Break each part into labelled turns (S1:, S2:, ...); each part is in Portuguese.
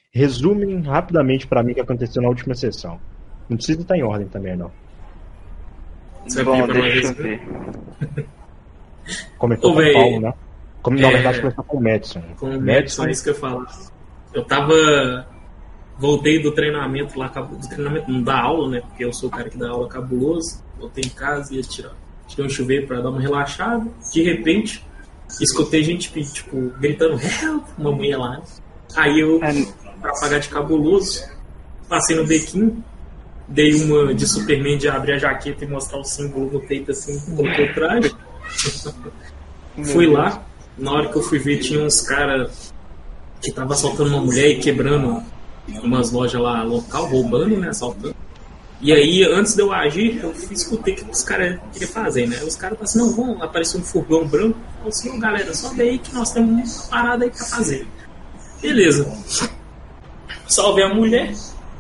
S1: Resumem rapidamente pra mim o que aconteceu na última sessão. Não precisa estar em ordem também, não.
S2: Você vai pedir pra
S3: deixa eu
S2: nós
S3: ver.
S1: Começou
S2: Ô,
S1: com o
S2: véi,
S1: Paulo, né? Na verdade, começou com o Madison.
S2: Com o Madison, é isso que eu ia falar. Eu voltei do treinamento lá, do treinamento não da aula, né? Porque eu sou o cara que dá aula cabuloso. Voltei em casa e ia tirei um chuveiro pra dar uma relaxada. De repente, escutei gente, tipo, gritando help, uma mulher lá. Né? Aí eu, pra pagar de cabuloso, passei no bequinho, dei uma de Superman de abrir a jaqueta e mostrar o símbolo no peito assim, coloquei o traje. Fui lá, na hora que eu fui ver, tinha uns caras que tava assaltando uma mulher e quebrando umas lojas lá local, roubando, né, assaltando. E aí, antes de eu agir, eu escutei o que os caras queriam fazer, né? Os caras falaram assim, não, vamos, apareceu um furgão branco. Falei assim, galera, sobe aí que nós temos uma parada aí pra fazer. Beleza. Salvei a mulher.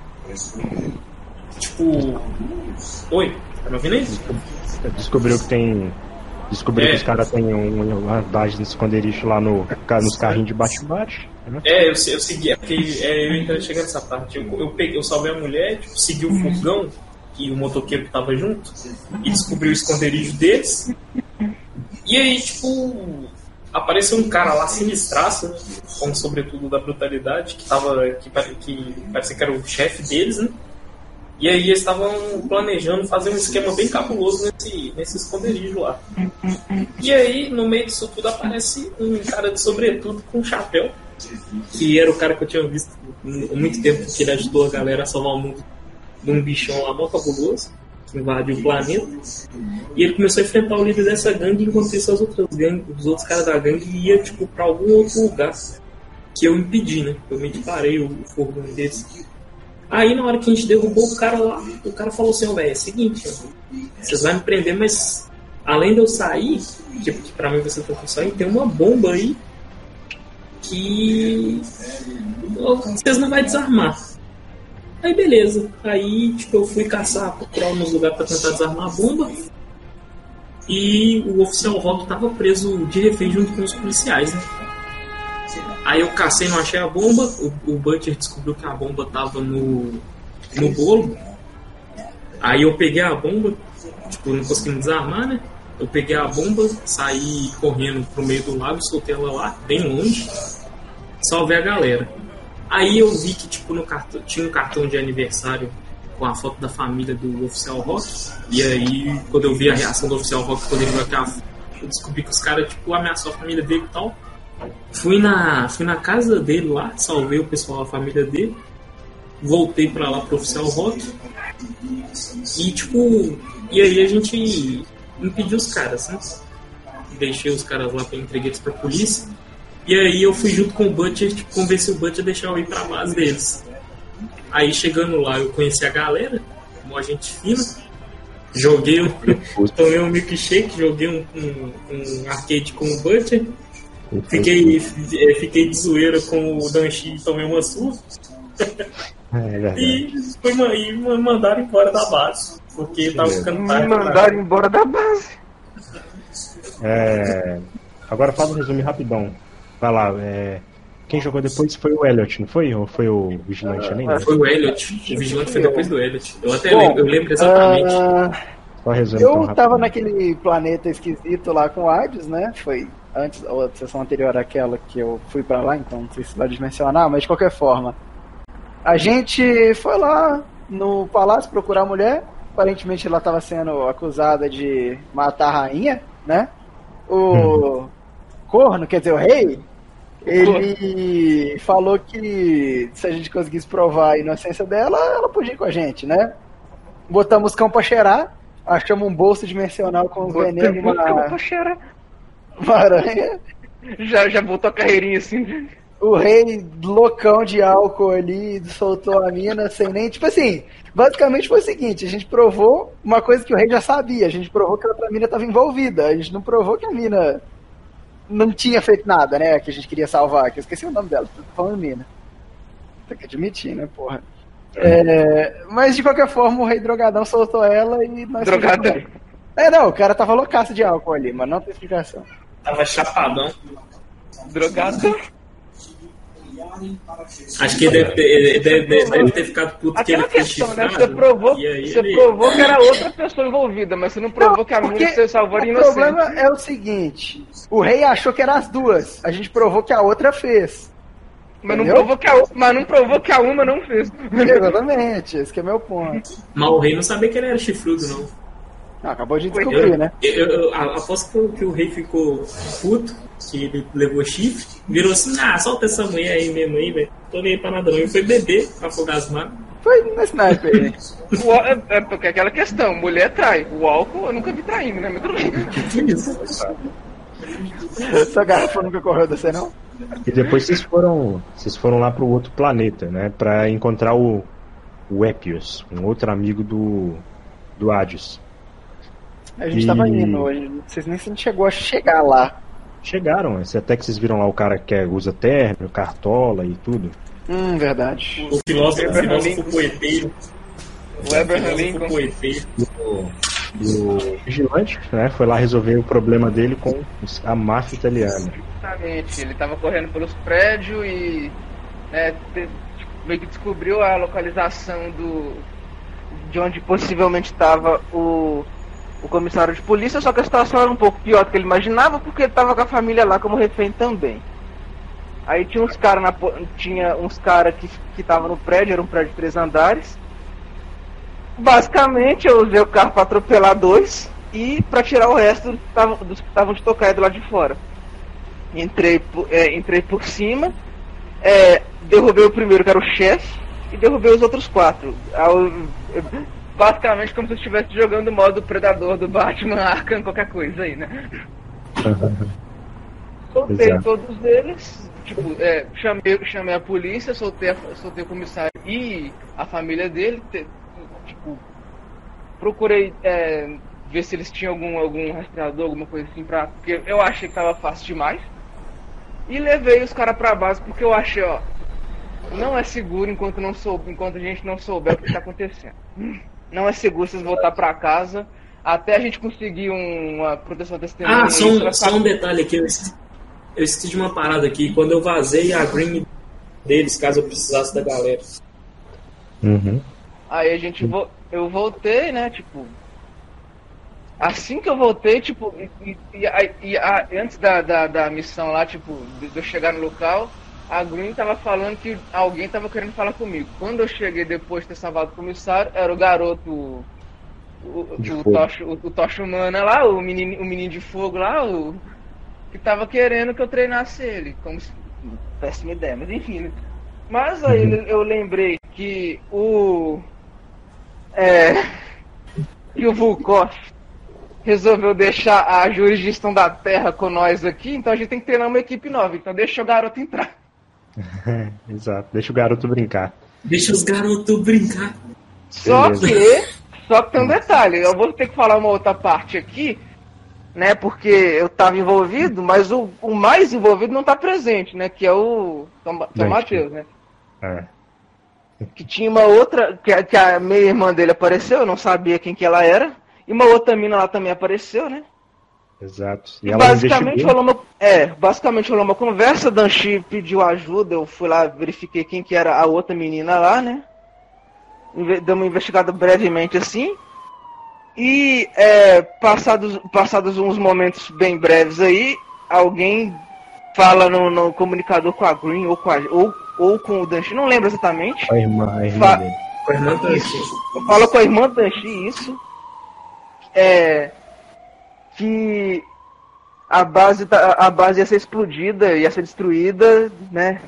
S2: Tipo... Oi, tá me ouvindo aí?
S1: Descobriu que os caras têm uma base de esconderijo lá nos carrinhos de bate-bate. Né?
S2: Eu segui, porque eu ainda cheguei nessa parte. Eu salvei a mulher, tipo, segui o furgão e o motoqueiro que tava junto e descobri o esconderijo deles. E aí, tipo, apareceu um cara lá sinistraço, né, com sobretudo da brutalidade, que parecia que era o chefe deles, né? E aí eles estavam planejando fazer um esquema bem cabuloso nesse esconderijo lá. E aí, no meio disso tudo, aparece um cara de sobretudo com um chapéu, que era o cara que eu tinha visto há muito tempo, que ele ajudou a galera a salvar o mundo de um bichão lá mó cabuloso, que invadiu o planeta. E ele começou a enfrentar o líder dessa gangue, enquanto isso as outras gangues, os outros caras da gangue iam tipo, pra algum outro lugar, que eu impedi, né? Eu meio que parei o furgão desse. Aí na hora que a gente derrubou o cara lá, o cara falou assim, velho, é o seguinte, vocês vão me prender, mas além de eu sair, que pra mim você tem que sair, tem uma bomba aí que vocês não vão desarmar. Aí beleza, aí tipo, eu fui procurar uns lugares pra tentar desarmar a bomba. E o oficial Rock tava preso de refém junto com os policiais, né? Aí eu cacei, não achei a bomba. O Butcher descobriu que a bomba tava no bolo. Aí eu peguei a bomba, tipo, não consegui me desarmar, né? Eu peguei a bomba, saí correndo pro meio do lago, soltei ela lá, bem longe, salvei a galera. Aí eu vi que, tipo, no cartão, tinha um cartão de aniversário com a foto da família do Oficial Rock. E aí, quando eu vi a reação do Oficial Rock quando ele viu aquela foto, eu descobri que os caras, tipo, ameaçaram a família dele e tal. Fui na casa dele lá, salvei o pessoal, a família dele. Voltei pra lá pro Oficial Rock. E, tipo, e aí a gente impediu os caras, né? Deixei os caras lá, entreguei eles pra polícia. E aí eu fui junto com o Butcher, tipo, convenci o Butcher a deixar eu ir pra base deles. Aí chegando lá eu conheci a galera, uma gente fina. Tomei um milkshake, joguei um arcade com o Butcher. Fiquei de zoeira com o Danchi e tomei uma surra. E me mandaram embora da base. Porque tava ficando tarde.
S3: Me mandaram embora da base.
S1: Agora fala um resumo rapidão. Vai lá, quem jogou depois foi o Elliot, não foi? Ou foi o Vigilante ali?
S2: Foi o Elliot. O Vigilante foi depois do Elliot. Eu lembro exatamente.
S1: Só resumo,
S4: eu tava naquele planeta esquisito lá com o Hades, né? Foi antes, ou a sessão anterior àquela que eu fui pra lá, então não sei se vai mencionar, mas de qualquer forma. A gente foi lá no palácio procurar a mulher. Aparentemente ela estava sendo acusada de matar a rainha, né? O corno, quer dizer, o rei, ele falou que se a gente conseguisse provar a inocência dela, ela podia ir com a gente, né? Botamos cão pra cheirar, achamos um bolso dimensional com veneno, uma aranha.
S3: Já botou a carreirinha assim.
S4: O rei loucão de álcool ali soltou a mina sem nem... Tipo assim, basicamente foi o seguinte, a gente provou uma coisa que o rei já sabia, a gente provou que a outra mina estava envolvida, a gente não provou que a mina não tinha feito nada, né, que a gente queria salvar, que eu esqueci o nome dela, tô falando mina. Tem que admitir, né, porra. Mas de qualquer forma o rei drogadão soltou ela e nós...
S3: Drogadão?
S4: Não, o cara tava loucaço de álcool ali, mas não tem explicação.
S2: Tava chapadão.
S3: Drogadão?
S2: Acho que ele deve ter ficado puto que ele
S3: Aquela
S2: foi
S3: questão, né?
S2: chifrado.
S3: Você provou que era outra pessoa envolvida, mas você não provou que a menina que você salvou era
S4: o
S3: inocente.
S4: problema é o seguinte: o rei achou que eram as duas, a gente provou que a outra fez.
S3: Mas não,
S4: Entendeu?
S3: provou que a uma não fez.
S4: Exatamente, esse que é meu ponto.
S2: Mas o rei não sabia que ele era chifrudo, não.
S4: Ah, acabou de descobrir, né?
S2: Eu aposto que o rei ficou puto, que ele levou chifre, virou assim, solta essa mulher aí mesmo aí, velho. Tô nem aí pra nada não. E foi beber pra afogar as mágoas.
S4: Foi na sniper aí.
S3: É porque é aquela questão, mulher trai. O álcool eu nunca vi traindo, né? Mas tudo bem.
S4: Essa garrafa nunca correu desse, não?
S1: E depois vocês foram lá pro outro planeta, né? Pra encontrar o Epios, um outro amigo do Hades.
S4: A gente tava indo, vocês nem chegou a chegar lá.
S1: Chegaram, até que vocês viram lá o cara que usa terno, cartola e tudo.
S4: Verdade.
S2: O filósofo poeteiro.
S3: O Abraham Lincoln.
S2: Poeteiro.
S1: E o vigilante, né, foi lá resolver o problema dele com a máfia italiana.
S3: Justamente, ele tava correndo pelos prédios e meio que descobriu a localização de onde possivelmente estava o comissário de polícia, só que a situação era um pouco pior do que ele imaginava, porque ele tava com a família lá como refém também. Aí tinha uns caras que estavam no prédio, era um prédio de 3 andares. Basicamente eu usei o carro para atropelar 2 e para tirar o resto dos que estavam de tocar do lado de fora. Entrei por cima, derrubei o primeiro, que era o chefe, e derrubei os outros 4. Basicamente como se eu estivesse jogando o modo Predador do Batman Arkham, qualquer coisa aí, né? Soltei
S1: Exato.
S3: todos eles, chamei a polícia, soltei o comissário e a família dele, procurei ver se eles tinham algum rastreador, alguma coisa assim, porque eu achei que tava fácil demais. E levei os caras pra base porque eu achei, não é seguro enquanto a gente não souber o que tá acontecendo. Não é seguro vocês voltar pra casa até a gente conseguir uma proteção testemunha.
S2: Só um detalhe aqui, eu esqueci de uma parada aqui. Quando eu vazei a green deles, caso eu precisasse da galera.
S1: Uhum.
S3: Aí eu voltei, né, assim que eu voltei, antes da missão lá, de eu chegar no local, a Green tava falando que alguém tava querendo falar comigo. Quando eu cheguei depois de ter salvado o comissário, era o garoto, o Tocha Humana lá, o menino de fogo lá, que tava querendo que eu treinasse ele. Como se... Péssima ideia, mas enfim, né? Mas aí eu lembrei que o Volkov resolveu deixar a jurisdição da Terra com nós aqui, então a gente tem que treinar uma equipe nova, então deixa o garoto entrar.
S1: Exato, deixa o garoto brincar.
S2: Deixa os garotos brincar.
S3: Só que tem um detalhe, eu vou ter que falar uma outra parte aqui, né, porque eu tava envolvido, mas o mais envolvido não tá presente, né, que é o Tom Matheus, né. Que tinha uma outra, que a meia-irmã dele apareceu, eu não sabia quem que ela era, e uma outra mina lá também apareceu, né?
S1: Exato.
S3: E basicamente rolou uma conversa, Danchi pediu ajuda, eu fui lá, verifiquei quem que era a outra menina lá, né? Dei uma investigada brevemente assim, e passados uns momentos bem breves aí, alguém fala no comunicador com a Green ou com o Danchi, não lembro exatamente.
S1: A irmã dele.
S2: Com a irmã Danchi.
S3: Eu falo com a irmã Danchi, isso. Que a base ia ser explodida, ia ser destruída, né?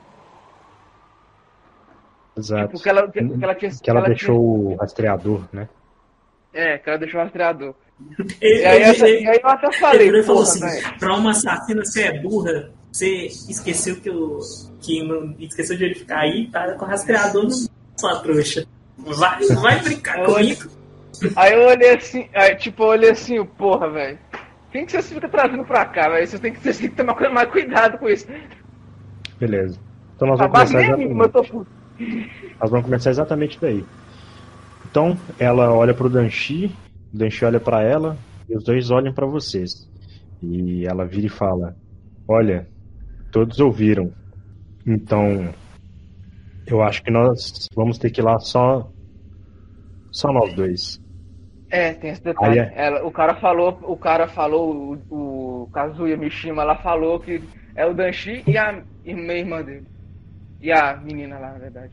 S1: Exato.
S3: Que
S1: ela deixou o rastreador, né?
S3: Que ela deixou o rastreador. E aí eu até falei,
S2: ele falou assim,
S3: véio,
S2: pra uma assassina, você é burra, você esqueceu esqueceu de verificar aí, tá com o rastreador no sua trouxa. Vai brincar comigo.
S3: Aí eu olhei assim, porra, velho. Quem que você fica trazendo pra cá, velho? Vocês têm que tomar mais cuidado com isso.
S1: Beleza. Então nós vamos começar
S3: Nós
S1: vamos começar exatamente daí. Então, ela olha pro Danchi, o Danchi olha pra ela, e os dois olham pra vocês. E ela vira e fala: olha, todos ouviram. Então, eu acho que nós vamos ter que ir lá só nós dois.
S3: Tem esse detalhe.
S1: Aí
S3: O cara falou, o Kazuya Mishima lá falou que é o Danshi e a irmã dele. E a menina lá, na verdade.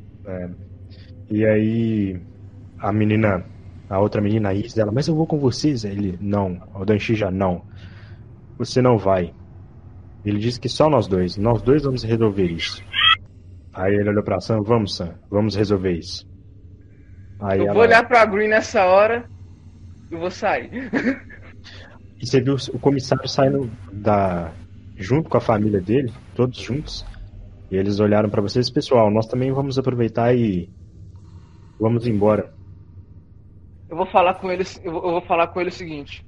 S1: E aí a outra menina, a Is, dela, mas eu vou com vocês. Aí ele, não. O Danshi já, não. Você não vai. Ele disse que só nós dois vamos resolver isso. Aí ele olhou pra Sam, vamos Sam, vamos resolver isso. Aí
S3: vou olhar pra Green nessa hora e vou sair.
S1: E você viu o comissário saindo junto com a família dele, todos juntos. E eles olharam pra vocês, pessoal, nós também vamos aproveitar e vamos embora.
S3: Eu vou falar com ele o seguinte.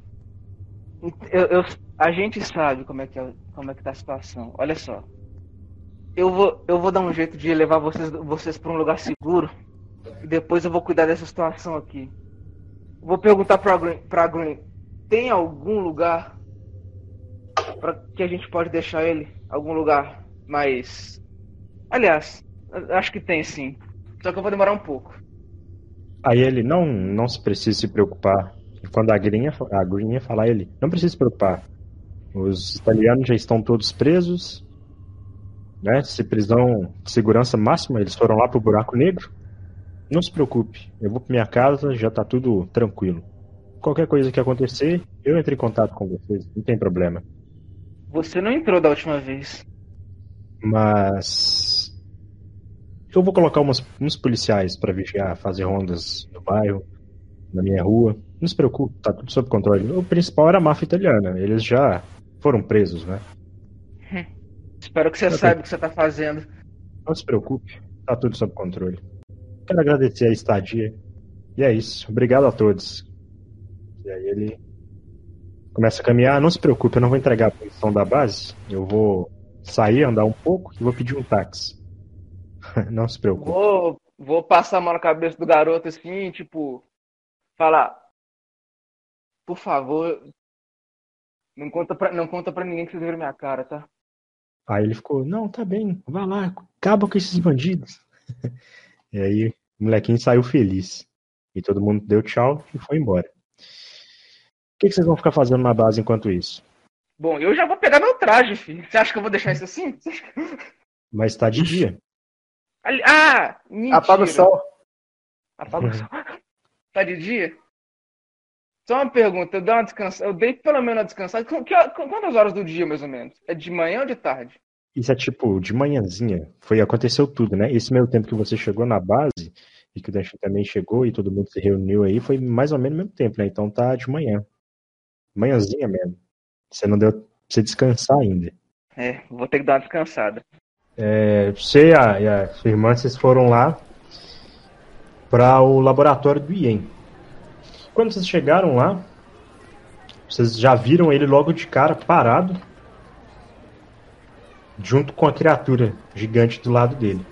S3: A gente sabe como é que tá a situação. Olha só. Eu vou dar um jeito de levar vocês para um lugar seguro. E depois eu vou cuidar dessa situação aqui. Vou perguntar pra Green. Tem algum lugar que a gente pode deixar ele? Algum lugar mais... Aliás, acho que tem sim. Só que eu vou demorar um pouco.
S1: Aí ele, não se precisa se preocupar. E quando a Green ia falar, ele, não precisa se preocupar. Os italianos já estão todos presos, né? Se prisão de segurança máxima, eles foram lá pro buraco negro. Não se preocupe, eu vou pra minha casa, já tá tudo tranquilo. Qualquer coisa que acontecer, eu entro em contato com vocês, não tem problema.
S3: Você não entrou da última vez.
S1: Mas eu vou colocar uns policiais pra vigiar, fazer rondas no bairro, na minha rua. Não se preocupe, tá tudo sob controle. O principal era a máfia italiana, eles já foram presos, né?
S3: Espero que você saiba o que você tá fazendo.
S1: Não se preocupe, tá tudo sob controle. Quero agradecer a estadia. E é isso, obrigado a todos. E aí ele começa a caminhar. Não se preocupe, eu não vou entregar a posição da base. Eu vou sair, andar um pouco e vou pedir um táxi. Não se preocupe.
S3: Vou passar a mão na cabeça do garoto assim, tipo, falar, por favor, não conta pra ninguém que vocês viram minha cara, tá?
S1: Aí ele ficou, não, tá bem, vai lá, acaba com esses bandidos. E aí o molequinho saiu feliz. E todo mundo deu tchau e foi embora. O que vocês vão ficar fazendo na base enquanto isso?
S3: Bom, eu já vou pegar meu traje, filho. Você acha que eu vou deixar isso assim?
S1: Mas tá de dia.
S3: Mentira.
S4: Apaga o sol.
S3: Apaga o sol. Tá de dia? Só uma pergunta, eu dei pelo menos uma descansada. Quantas horas do dia, mais ou menos? É de manhã ou de tarde?
S1: Isso é tipo, de manhãzinha. Aconteceu tudo, né? Esse meio tempo que você chegou na base, e que o Danshin também chegou, e todo mundo se reuniu aí, foi mais ou menos o mesmo tempo, né? Então tá de manhã. Manhãzinha mesmo. Você não deu pra você descansar ainda.
S3: Vou ter que dar uma descansada.
S1: Você e a sua irmã, vocês foram lá para o laboratório do Ien. Quando vocês chegaram lá, vocês já viram ele logo de cara, parado, junto com a criatura gigante do lado dele.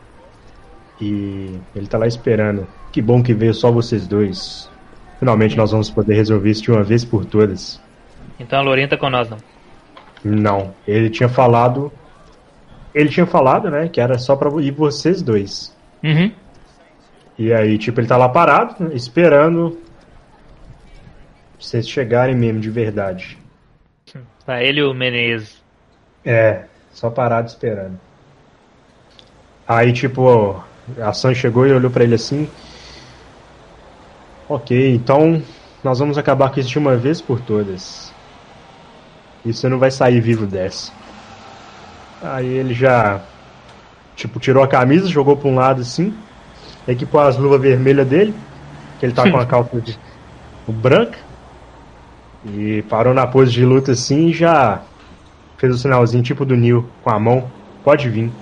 S1: E ele tá lá esperando. Que bom que veio só vocês dois. Finalmente nós vamos poder resolver isso de uma vez por todas.
S5: Então a Lourinha tá com nós, não?
S1: Não, ele tinha falado, né, que era só pra ir vocês dois.
S5: Uhum.
S1: E aí, tipo, ele tá lá parado, né, esperando vocês chegarem mesmo, de verdade.
S5: Tá ele e o Menezes.
S1: Só parado esperando. Aí, tipo, a Sam chegou e olhou pra ele assim. Ok, então nós vamos acabar com isso de uma vez por todas. E você não vai sair vivo dessa. Aí ele já, tipo, tirou a camisa, jogou pra um lado assim, equipou as luvas vermelhas dele, que ele tá com a calça branca, e parou na pose de luta assim e já fez o sinalzinho tipo do Neil com a mão. Pode vir.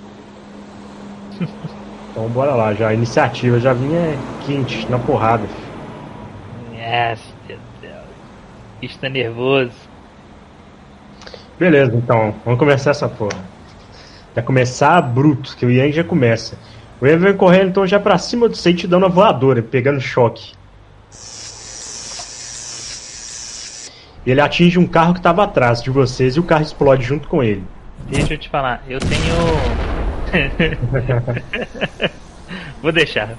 S1: Então bora lá, já a iniciativa já vinha quente, na porrada.
S5: Yes, meu Deus. Está nervoso.
S1: Beleza, então, vamos começar essa porra. Já começar bruto, que o Yang já começa. O Yang vem correndo então já pra cima do você, te dando a voadora, pegando choque. E ele atinge um carro que tava atrás de vocês e o carro explode junto com ele.
S5: Deixa eu te falar, eu tenho Vou deixar.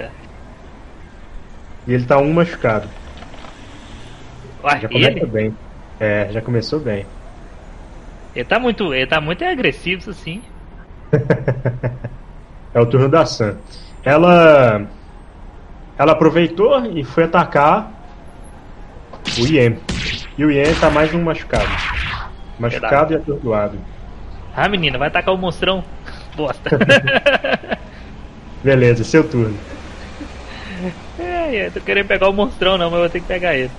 S1: E ele tá um machucado.
S5: Ué,
S1: Já começa
S5: ele?
S1: bem. Já começou bem.
S5: Ele tá muito agressivo, assim.
S1: É o turno da Sam. Ela aproveitou e foi atacar o Ien. E o Ien tá mais um machucado. Machucado e atordoado.
S5: Ah, menina, vai atacar o monstrão. Bosta.
S1: Beleza, seu turno.
S5: Tô querendo pegar o monstrão não, mas eu vou ter que pegar ele.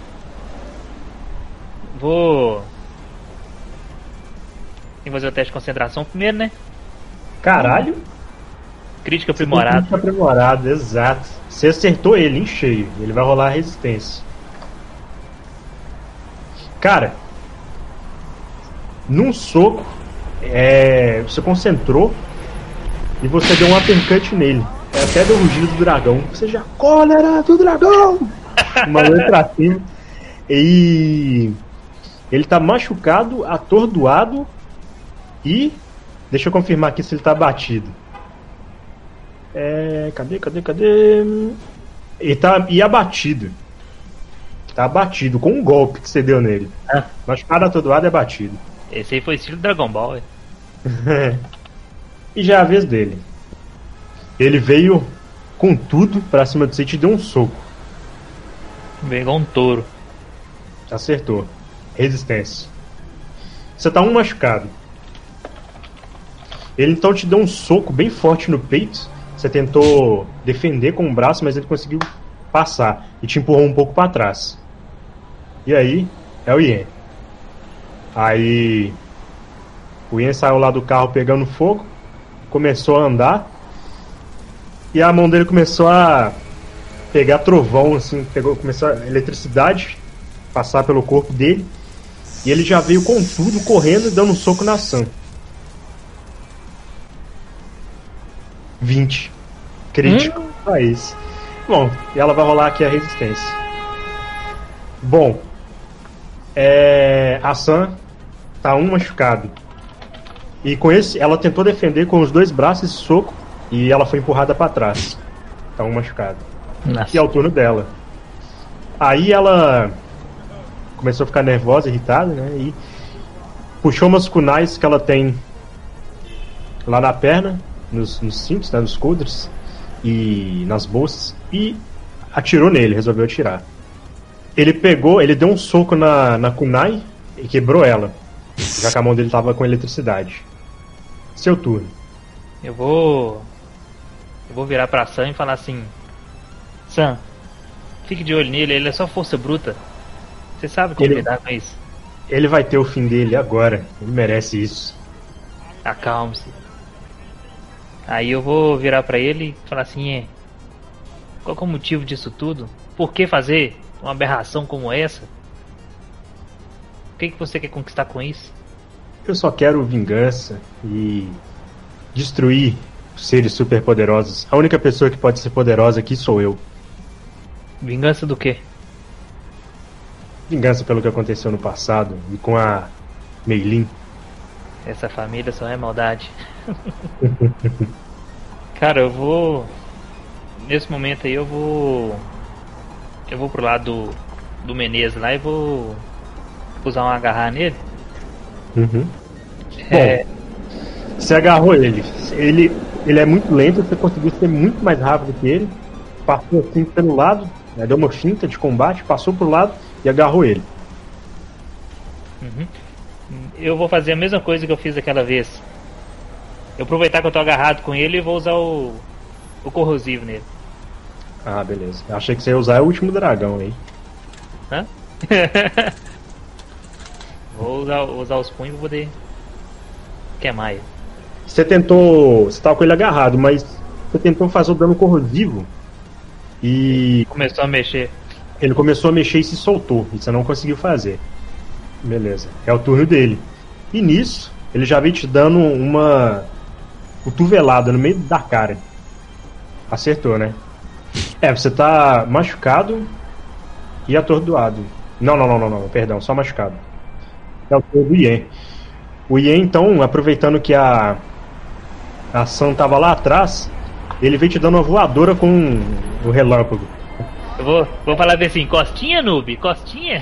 S5: Vou... Tem que fazer o teste de concentração primeiro, né?
S1: Caralho.
S5: Crítica aprimorada.
S1: Crítica aprimorada, exato. Você acertou ele em cheio. Ele vai rolar a resistência. Cara, num soco, você concentrou e você deu um uppercut nele. Até deu o rugido do dragão. Você já, cólera do dragão! Uma letra pra cima. E ele tá machucado, atordoado e... Deixa eu confirmar aqui se ele tá abatido. Cadê? Ele tá abatido. Tá abatido com um golpe que você deu nele. Machucado, atordoado e abatido.
S5: Esse aí foi estilo Dragon Ball.
S1: E já é a vez dele. Ele veio com tudo pra cima de você e te deu um soco.
S5: Veio igual um touro.
S1: Acertou. Resistência. Você tá um machucado. Ele então te deu um soco bem forte no peito. Você tentou defender com o braço, mas ele conseguiu passar e te empurrou um pouco pra trás. E aí, é o Ien. Aí o Ien saiu lá do carro pegando fogo, começou a andar e a mão dele começou a pegar trovão, assim, começou a eletricidade passar pelo corpo dele e ele já veio com tudo, correndo e dando um soco na Sam. 20. Crítico. É isso. Bom, e ela vai rolar aqui a resistência. Bom, a Sam tá um machucado. E com esse, ela tentou defender com os dois braços esse soco e ela foi empurrada pra trás. Tá um machucado.
S5: Nossa.
S1: E é o turno dela. Aí ela começou a ficar nervosa, irritada, né? E puxou umas kunais que ela tem lá na perna, nos cintos, né, nos coldres e nas bolsas, e atirou nele, resolveu atirar. Ele deu um soco na kunai e quebrou ela, já que a mão dele tava com eletricidade. Seu turno.
S5: Eu vou virar pra Sam e falar assim: Sam, fique de olho nele, ele é só força bruta. Você sabe como lidar com isso.
S1: Ele vai ter o fim dele agora. Ele merece isso.
S5: Acalme-se. Aí eu vou virar pra ele e falar assim: qual que é o motivo disso tudo? Por que fazer uma aberração como essa? O que você quer conquistar com isso?
S1: Eu só quero vingança e destruir os seres superpoderosos. A única pessoa que pode ser poderosa aqui sou eu.
S5: Vingança do quê?
S1: Vingança pelo que aconteceu no passado e com a Meilin.
S5: Essa família só é maldade. Cara, eu vou... Nesse momento aí eu vou pro lado do Menezes lá e vou usar um agarrar nele.
S1: Bom, você agarrou ele. Ele é muito lento, você conseguiu ser muito mais rápido que ele. Passou assim pelo lado, né, deu uma finta de combate, passou pro lado e agarrou ele.
S5: Eu vou fazer a mesma coisa que eu fiz aquela vez. Eu aproveitar que eu tô agarrado com ele e vou usar o corrosivo nele.
S1: Ah, beleza. Eu achei que você ia usar o último dragão aí.
S5: Hã? Vou usar os punhos pra poder queimar ele.
S1: Você tava com ele agarrado, mas você tentou fazer o dano corrosivo e
S5: Começou a mexer.
S1: ele começou a mexer e se soltou, e você não conseguiu fazer. Beleza, é o turno dele. E nisso, ele já veio te dando uma cotovelada no meio da cara. Acertou, né? Você tá machucado e atordoado. Não, perdão, só machucado. É o turno do Ien. O Ien, então, aproveitando que a a Sam tava lá atrás, ele veio te dando uma voadora com o relâmpago.
S5: Eu vou falar assim, costinha, noob? Costinha?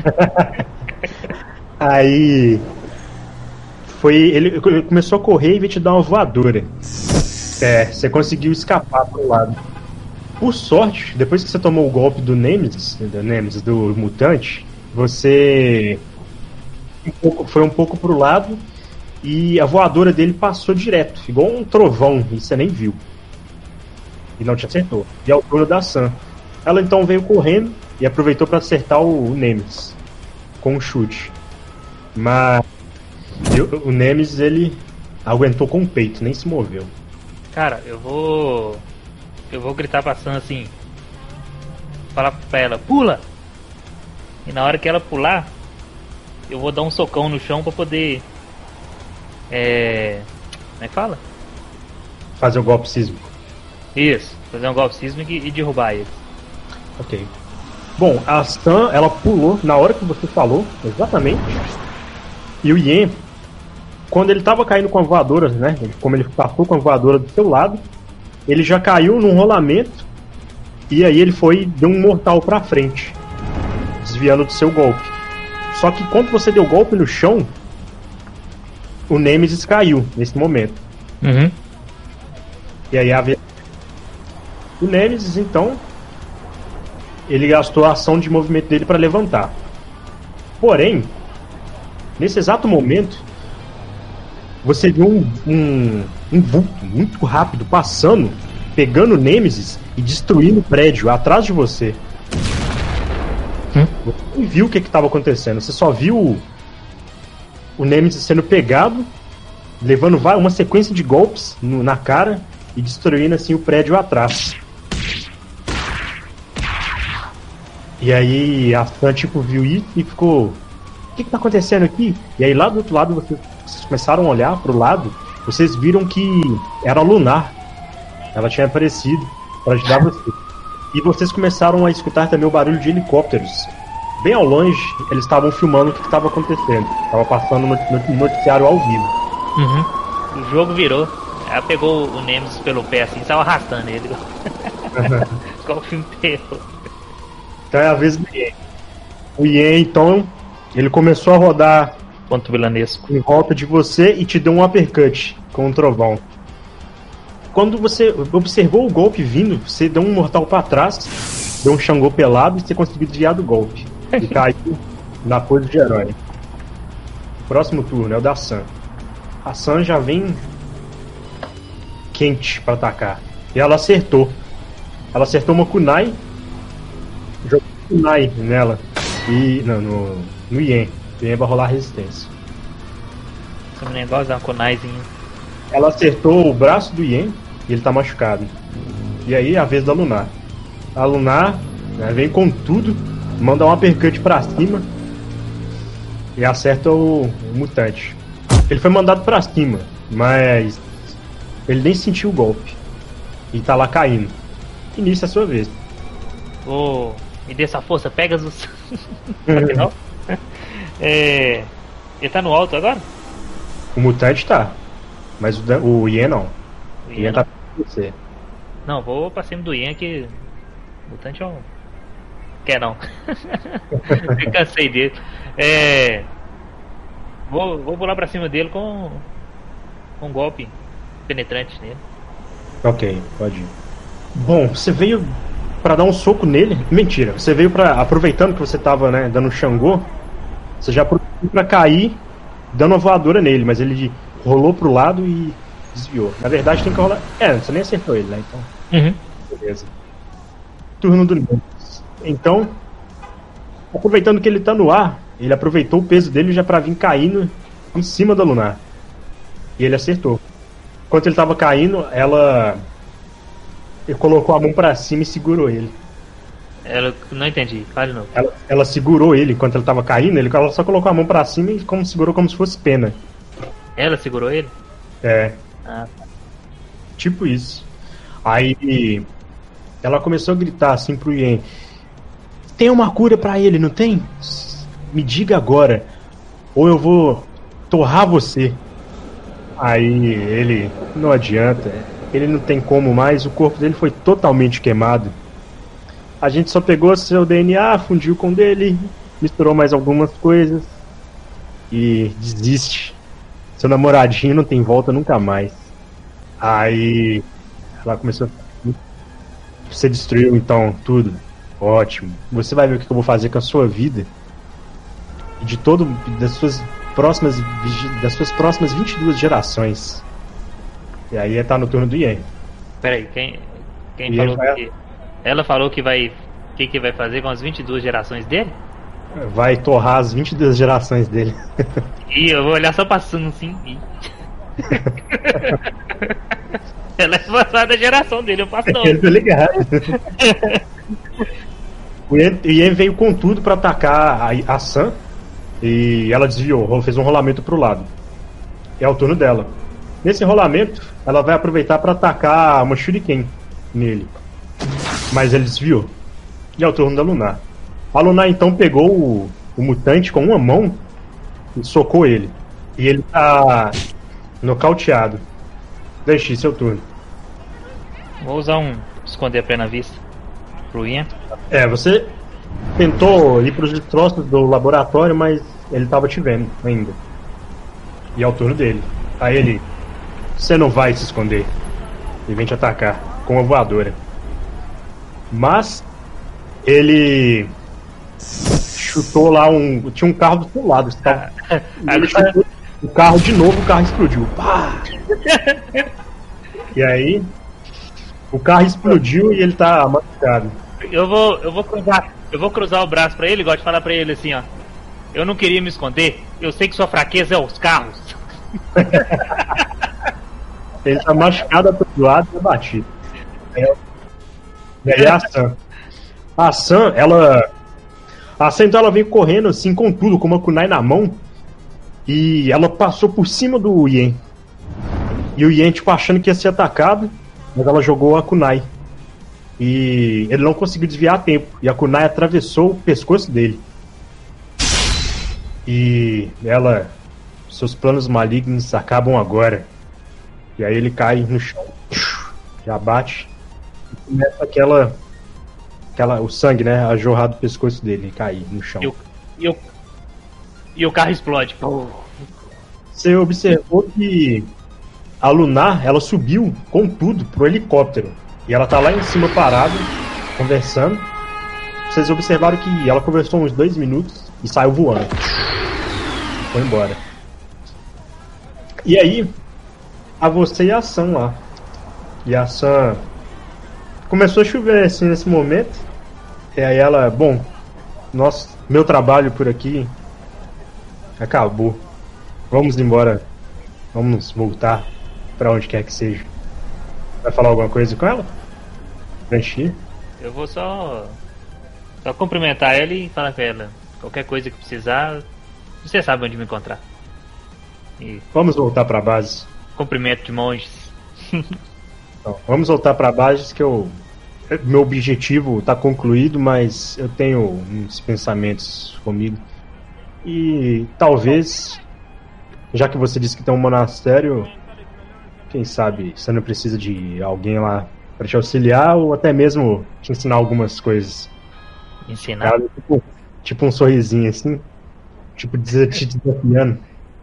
S1: Aí ele começou a correr e veio te dar uma voadora. Você conseguiu escapar pro lado. Por sorte, depois que você tomou o golpe do Nemesis, do mutante, você foi um pouco pro lado e a voadora dele passou direto, igual um trovão, e você nem viu. E não te acertou. E ao turno da Sam. Ela então veio correndo e aproveitou para acertar o Nemesis com um chute. Mas o Nemesis, ele aguentou com o peito, nem se moveu.
S5: Cara, eu vou gritar pra Sam assim, falar pra ela, pula! E na hora que ela pular, eu vou dar um socão no chão pra poder... como é que fala?
S1: Fazer o golpe sísmico.
S5: Isso, fazer um golpe sísmico e derrubar eles.
S1: Ok. Bom, a Sam, ela pulou na hora que você falou, exatamente. E o Yen, quando ele tava caindo com a voadora, né? Como ele passou com a voadora do seu lado, ele já caiu num rolamento. E aí ele deu um mortal pra frente, desviando do seu golpe. Só que quando você deu o golpe no chão, o Nemesis caiu nesse momento.
S5: Uhum.
S1: E aí o Nemesis, então, ele gastou a ação de movimento dele para levantar. Porém, nesse exato momento, você viu um vulto muito rápido passando, pegando o Nemesis e destruindo o prédio atrás de você. Você não viu o que estava acontecendo, você só viu o Nemesis sendo pegado, levando uma sequência de golpes na cara e destruindo assim o prédio atrás. E aí a Sam viu isso e ficou: o que tá acontecendo aqui? E aí lá do outro lado vocês começaram a olhar pro lado, vocês viram que era a Lunar. Ela tinha aparecido para ajudar você. E vocês começaram a escutar também o barulho de helicópteros. Bem ao longe, eles estavam filmando o que estava acontecendo. Tava passando no noticiário ao vivo.
S5: Uhum. O jogo virou. Ela pegou o Nemesis pelo pé assim, saiu arrastando ele. Igual o filme terror.
S1: Então é a vez do Yen. O Yen, então, ele começou a rodar
S5: ponto vilanesco
S1: em volta de você e te deu um uppercut com um trovão. Quando você observou o golpe vindo, você deu um mortal pra trás, deu um Xangô pelado e você conseguiu desviar do golpe. E caiu na pose de herói. O próximo turno é o da Sam. A Sam já vem quente pra atacar. E ela acertou. Ela acertou uma kunai, jogou kunai nela. E no Yen. O Yen vai rolar resistência.
S5: Esse negócio dá uma kunaizinha.
S1: Ela acertou o braço do Yen e ele tá machucado. E aí é a vez da Lunar. A Lunar, né, vem com tudo, manda um uppercut pra cima e acerta o mutante. Ele foi mandado pra cima, mas ele nem sentiu o golpe. E tá lá caindo. E nisso é a sua vez.
S5: Me dê essa força, Pegasus. Não? Ele tá no alto agora?
S1: O mutante tá. Mas o Yen não.
S5: O
S1: Yen tá com você.
S5: Não, vou pra cima do Yen que o mutante é um... Quer não. Eu cansei dele. Vou pular pra cima dele com um golpe penetrante nele.
S1: Ok, pode ir. Bom, você veio pra dar um soco nele. Mentira, você veio aproveitando que você tava, né, dando um Xangô. Você já aproveitou pra cair, dando uma voadora nele, mas ele rolou pro lado e desviou. Na verdade tem que rolar... você nem acertou ele, né? Então...
S5: Uhum.
S1: Beleza. Turno do Nemesis. Então, aproveitando que ele tá no ar, ele aproveitou o peso dele já pra vir caindo em cima da Lunar. E ele acertou. Enquanto ele tava caindo, ele colocou a mão pra cima e segurou ele.
S5: Não entendi, fale de novo.
S1: Ela segurou ele enquanto ele tava caindo, ela só colocou a mão pra cima e segurou como se fosse pena.
S5: Ela segurou ele?
S1: É.
S5: Ah.
S1: Tipo isso. Aí ela começou a gritar assim pro Yen: tem uma cura pra ele, não tem? Me diga agora, ou eu vou torrar você. Aí ele não adianta, ele não tem como mais, o corpo dele foi totalmente queimado. A gente só pegou seu DNA, fundiu com o dele, misturou mais algumas coisas e desiste. Seu namoradinho não tem volta nunca mais. Aí ela começou. Você destruiu então tudo. Ótimo. Você vai ver o que eu vou fazer com a sua vida. E de todo. Das suas próximas 22 gerações. E aí tá no turno do Ian.
S5: Peraí, quem
S1: E
S5: falou
S1: vai-
S5: que. Ela falou que vai. O que vai fazer com as 22 gerações dele?
S1: Vai torrar as 22 gerações dele.
S5: E eu vou olhar só passando assim. Ih. Ela é passada da geração dele, eu passo não.
S1: Ele tá ligado. O Ian veio com tudo pra atacar a Sam. E ela desviou, fez um rolamento pro lado. É o turno dela. Nesse rolamento, ela vai aproveitar pra atacar uma Shuriken nele. Mas ele desviou. E é o turno da Lunar. A Lunar então pegou o mutante com uma mão e socou ele. E ele tá nocauteado. Deixe seu turno.
S5: Vou usar um esconder a plena vista pro Ian.
S1: Você tentou ir pros destroços do laboratório, mas ele tava te vendo ainda. E é o turno dele. Aí ele... Você não vai se esconder. E vem te atacar com uma voadora. Mas... Ele... chutou lá tinha um carro do seu lado. Ele chutou o carro de novo, o carro explodiu. Pá! E aí... O carro explodiu e ele tá machucado.
S5: Eu vou cruzar o braço pra ele, gosto de falar pra ele assim, ó. Eu não queria me esconder, eu sei que sua fraqueza é os carros.
S1: Ele tá machucado, atordoado e abatido. E aí a Sam. A Sam, então ela vem correndo assim com tudo, com uma kunai na mão. E ela passou por cima do Ian. E o Ian, tipo, achando que ia ser atacado, mas ela jogou a kunai. E ele não conseguiu desviar a tempo. E a kunai atravessou o pescoço dele. E ela... Seus planos malignos acabam agora. E aí ele cai no chão. Já bate. E começa o sangue, né? A jorrar do pescoço dele cair no chão.
S5: E o carro explode.
S1: Você observou que a Lunar, ela subiu com tudo pro helicóptero. E ela tá lá em cima parada, conversando. Vocês observaram que ela conversou uns 2 minutos e saiu voando. Foi embora. E aí, a você e a Sam lá. E a Sam começou a chover assim nesse momento. E aí ela, bom, meu trabalho por aqui acabou. Vamos embora. Vamos voltar pra onde quer que seja. Vai falar alguma coisa com ela? Preencher?
S5: Eu vou só cumprimentar ela e falar com ela. Qualquer coisa que precisar, você sabe onde me encontrar. E
S1: Vamos voltar pra base.
S5: cumprimento de monges.
S1: Então, vamos voltar pra base que meu objetivo tá concluído, mas eu tenho uns pensamentos comigo. E talvez, já que você disse que tem um monastério, quem sabe você não precisa de alguém lá pra te auxiliar ou até mesmo te ensinar algumas coisas.
S5: Ensinar.
S1: Ela, tipo um sorrisinho assim, tipo te desafiando.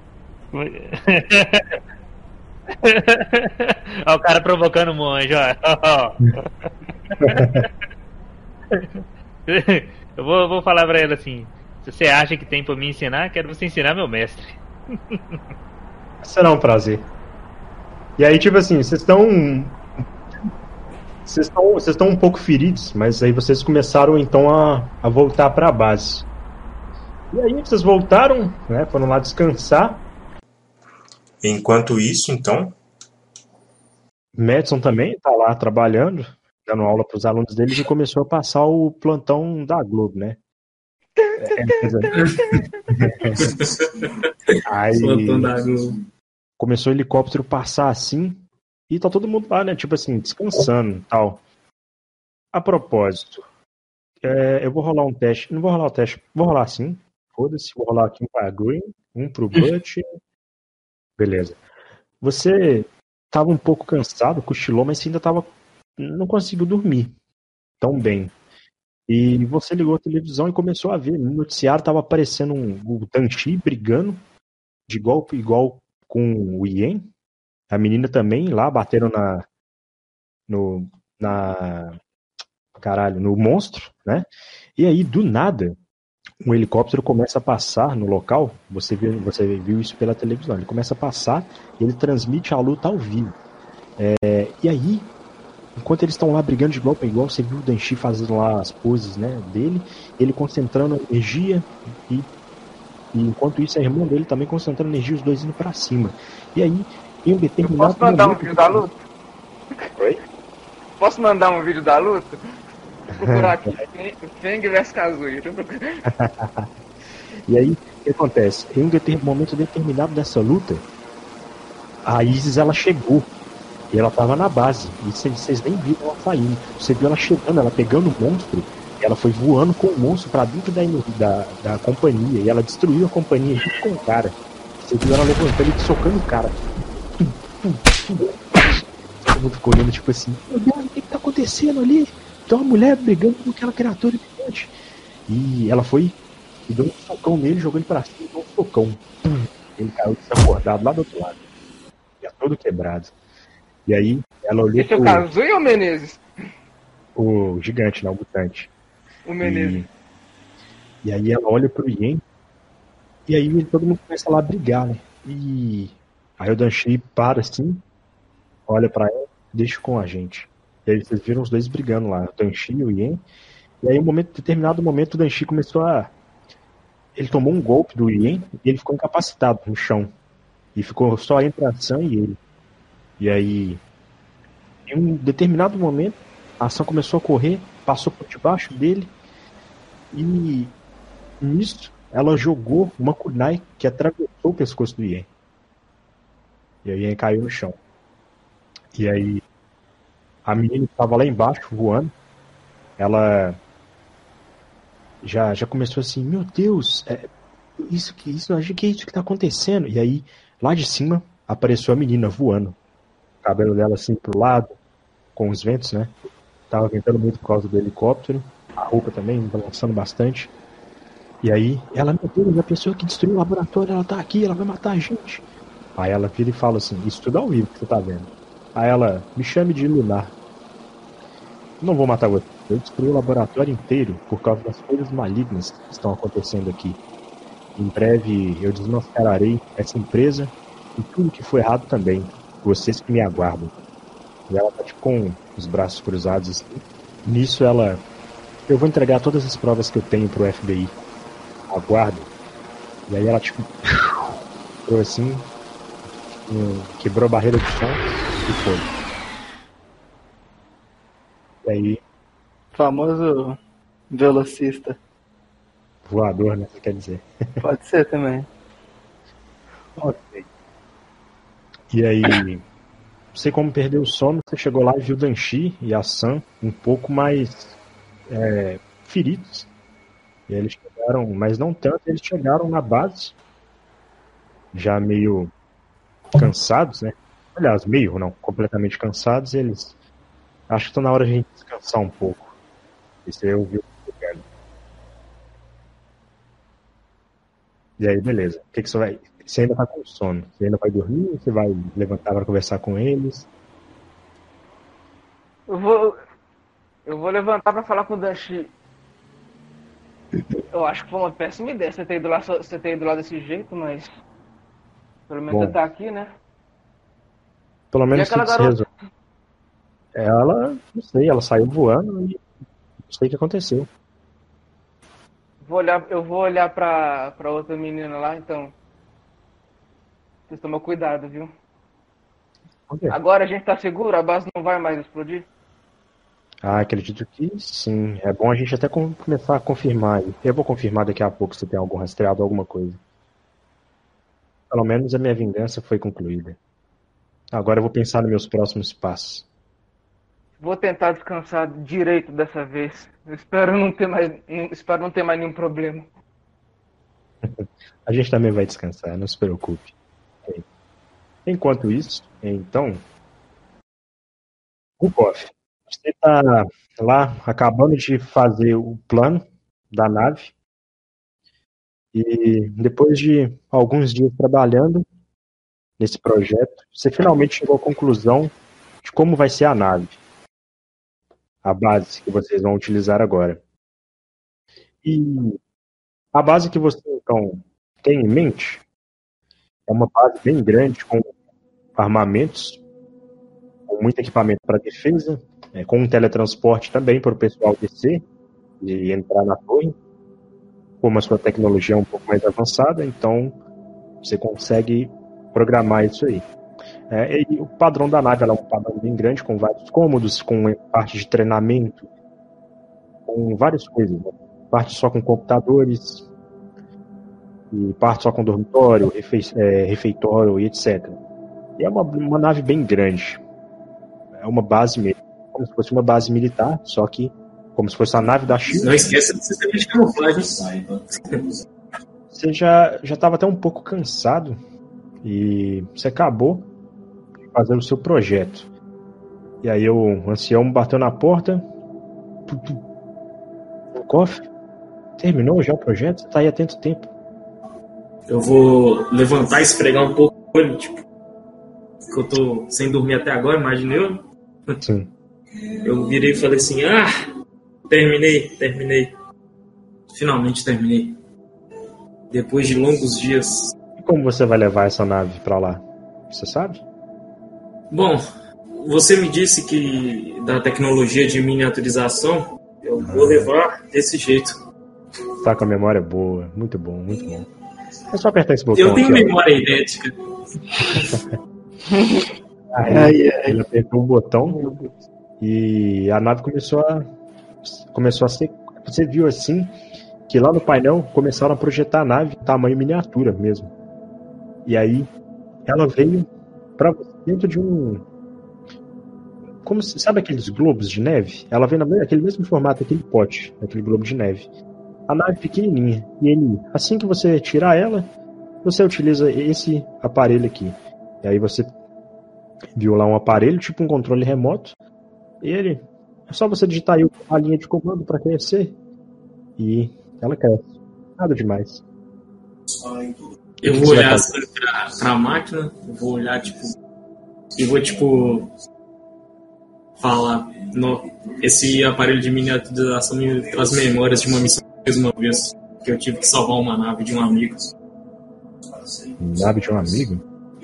S5: Olha o cara provocando o monge, ó. Eu vou falar pra ele assim: se você acha que tem pra me ensinar, quero você ensinar meu mestre.
S1: Será um prazer. E aí, tipo assim, vocês estão um pouco feridos, mas aí vocês começaram então a voltar pra base. E aí vocês voltaram, né, foram lá descansar.
S6: Enquanto isso, então,
S1: Madison também tá lá trabalhando, dando aula pros alunos deles e começou a passar o plantão da Globo, né? Aí
S2: Plantão da Globo.
S1: começou o helicóptero passar assim e tá todo mundo lá, né? Tipo assim, descansando e tal. A propósito, eu vou rolar um teste. Não vou rolar o teste, vou rolar assim. Foda-se, vou rolar aqui um pra Green, um pro Butch. Beleza. Você estava um pouco cansado, cochilou, mas você ainda não conseguiu dormir tão bem. E você ligou a televisão e começou a ver. No noticiário estava aparecendo o Danchi brigando de igual para igual com o Ien. A menina também lá bateram no, na, no monstro, né? E aí, do nada, um helicóptero começa a passar no local. Você viu isso pela televisão. Ele começa a passar e ele transmite a luta ao vivo. E aí, enquanto eles estão lá brigando de igual para igual, você viu o Danchi fazendo lá as poses, né, dele, ele concentrando energia e enquanto isso a irmã dele também concentrando energia, os dois indo para cima. E aí, em um
S3: Eu
S1: determinado
S3: posso mandar um
S1: momento...
S3: vídeo da luta?
S1: Oi?
S3: Posso mandar um vídeo da luta? Vou procurar aqui. Feng vs Kazuya.
S1: E aí, o que acontece? Em um momento determinado dessa luta, a Isis, ela chegou. E ela tava na base. E vocês nem viram ela saindo. Você viu ela chegando, ela pegando o monstro. E ela foi voando com o monstro pra dentro da companhia. E ela destruiu a companhia junto com o cara. Você viu ela levantando e socando o cara. Todo mundo ficou olhando tipo assim: meu Deus, o que tá acontecendo ali? Tem uma mulher brigando com aquela criatura gigante. E ela foi e deu um socão nele, jogou ele pra cima e deu um socão. Ele caiu desacordado lá do outro lado. Já todo quebrado. E aí, ela olhou
S3: Esse é o Kazuya ou o Menezes?
S1: o gigante, não, o mutante.
S3: O Menezes.
S1: E aí ela olha pro Ien. E aí todo mundo começa lá a brigar, né? E aí o Danchi para assim, olha pra ela, deixa com a gente. E aí vocês viram os dois brigando lá, o Danchi e o Ien. E aí, em determinado momento, o Danchi começou a... Ele tomou um golpe do Ien e ele ficou incapacitado no chão. E ficou só entre a Sam e ele. E aí, em um determinado momento, a ação começou a correr, passou por debaixo dele, e nisso ela jogou uma kunai que atravessou o pescoço do Ien. E aí Ien caiu no chão. E aí, a menina que estava lá embaixo, voando, ela já começou assim: meu Deus, que é isso que está acontecendo? E aí, lá de cima, apareceu a menina voando. O cabelo dela assim pro lado, com os ventos, né? Tava ventando muito por causa do helicóptero. A roupa também, balançando bastante. E aí, ela, meu Deus, a pessoa que destruiu o laboratório, ela tá aqui, ela vai matar a gente. Aí ela vira e fala assim: isso tudo ao vivo que você tá vendo. Aí ela, me chame de Lunar. Não vou matar você. Eu destruí o laboratório inteiro por causa das coisas malignas que estão acontecendo aqui. Em breve eu desmascararei essa empresa e tudo que foi errado também. Vocês que me aguardam. E ela tá tipo com os braços cruzados assim. Nisso ela... eu vou entregar todas as provas que eu tenho pro FBI. Aguardo. E aí ela tipo... entrou assim, quebrou a barreira de som e foi. E aí...
S4: Famoso velocista.
S1: voador, né? Você quer dizer.
S4: Pode ser também.
S1: Ok. E aí, não sei como perdeu o sono, você chegou lá e viu o Danchi e a Sam um pouco mais feridos. E eles chegaram, mas não tanto, eles chegaram na base já meio cansados, né? Aliás, meio, não, completamente cansados. Eles acho que está na hora de a gente descansar um pouco. Isso aí eu vi. E aí, beleza. O que você vai... Você ainda tá com sono? Você ainda vai dormir? Você vai levantar para conversar com eles?
S3: Eu vou levantar pra falar com o Danchi. Eu acho que foi uma péssima ideia você ter ido lá desse jeito, mas pelo menos
S1: Bom,
S3: você tá aqui, né?
S1: pelo
S3: E
S1: menos
S3: aquela
S1: tudo se
S3: garota?
S1: resolve. Ela, não sei, ela saiu voando e não sei o que aconteceu.
S3: Eu vou olhar pra outra menina lá, então. Vocês tomam cuidado, viu?
S1: Por quê?
S3: Agora a gente tá seguro? A base não vai mais explodir?
S1: Ah, acredito que sim. É bom a gente até começar a confirmar aí. Eu vou confirmar daqui a pouco se tem algum rastreado, alguma coisa. Pelo menos a minha vingança foi concluída. Agora eu vou pensar nos meus próximos passos.
S3: Vou tentar descansar direito dessa vez. Eu espero não ter mais nenhum problema.
S1: A gente também vai descansar, não se preocupe. Enquanto isso, então, Rukov, você está lá acabando de fazer o plano da nave e depois de alguns dias trabalhando nesse projeto, você finalmente chegou à conclusão de como vai ser a nave, a base que vocês vão utilizar agora. E a base que você então tem em mente é uma base bem grande com armamentos, com muito equipamento para defesa, com um teletransporte também para o pessoal descer e entrar na torre. Como a sua tecnologia é um pouco mais avançada, então você consegue programar isso aí. E o padrão da nave ela é um padrão bem grande, com vários cômodos, com parte de treinamento, com várias coisas. Né? Parte só com computadores, e parte só com dormitório, refeitório e etc. E é uma nave bem grande. É uma base mesmo, como se fosse uma base militar, só que como se fosse a nave da SHIELD.
S2: Não esqueça do sistema de camuflagem.
S1: Você já estava até um pouco cansado e você acabou de fazer o seu projeto. E aí o ancião bateu na porta. Rukov, terminou já o projeto? Você está aí há tanto tempo.
S2: Eu vou levantar e esfregar um pouco o olho, tipo, que eu tô sem dormir até agora, imaginei eu.
S1: Sim.
S2: Eu virei e falei assim, terminei. Finalmente terminei. Depois de longos dias.
S1: E como você vai levar essa nave para lá? Você sabe?
S2: Bom, você me disse que da tecnologia de miniaturização, eu vou levar desse jeito.
S1: Tá com a memória boa, muito bom, muito bom. É só apertar esse botão.
S2: Eu tenho
S1: aqui,
S2: memória idêntica.
S1: Ele apertou um botão e a nave começou a ser. Você viu assim que lá no painel começaram a projetar a nave em tamanho miniatura mesmo. E aí ela veio para dentro de um. Como sabe aqueles globos de neve? Ela veio naquele mesmo formato, aquele pote, aquele globo de neve. A nave pequenininha. E ele, assim que você tirar ela, você utiliza esse aparelho aqui. E aí você viu lá um aparelho, tipo um controle remoto. E ele, é só você digitar aí a linha de comando para crescer. E ela cresce. Nada demais.
S2: Eu vou olhar assim pra máquina, eu vou olhar, tipo, e vou, tipo, falar, esse aparelho de miniaturização me traz memórias de uma missão que eu fiz uma vez, que eu tive que salvar uma nave de um amigo.
S1: Nave de um amigo?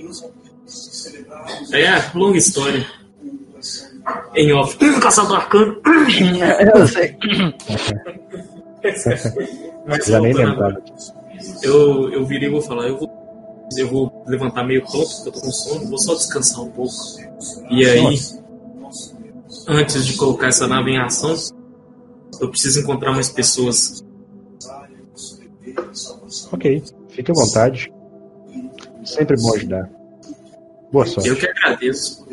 S2: Longa história. Em off. Caçador Arcano.
S4: Eu sei.
S2: Mas
S1: Já nem
S2: voltando
S1: lembrava.
S2: agora, eu virei e vou falar, eu vou levantar meio tonto, porque eu tô com sono, vou só descansar um pouco. E aí, antes de colocar essa nave em ação, eu preciso encontrar mais pessoas.
S1: Ok, fique à vontade. Sempre bom ajudar. Boa sorte.
S2: Eu que agradeço.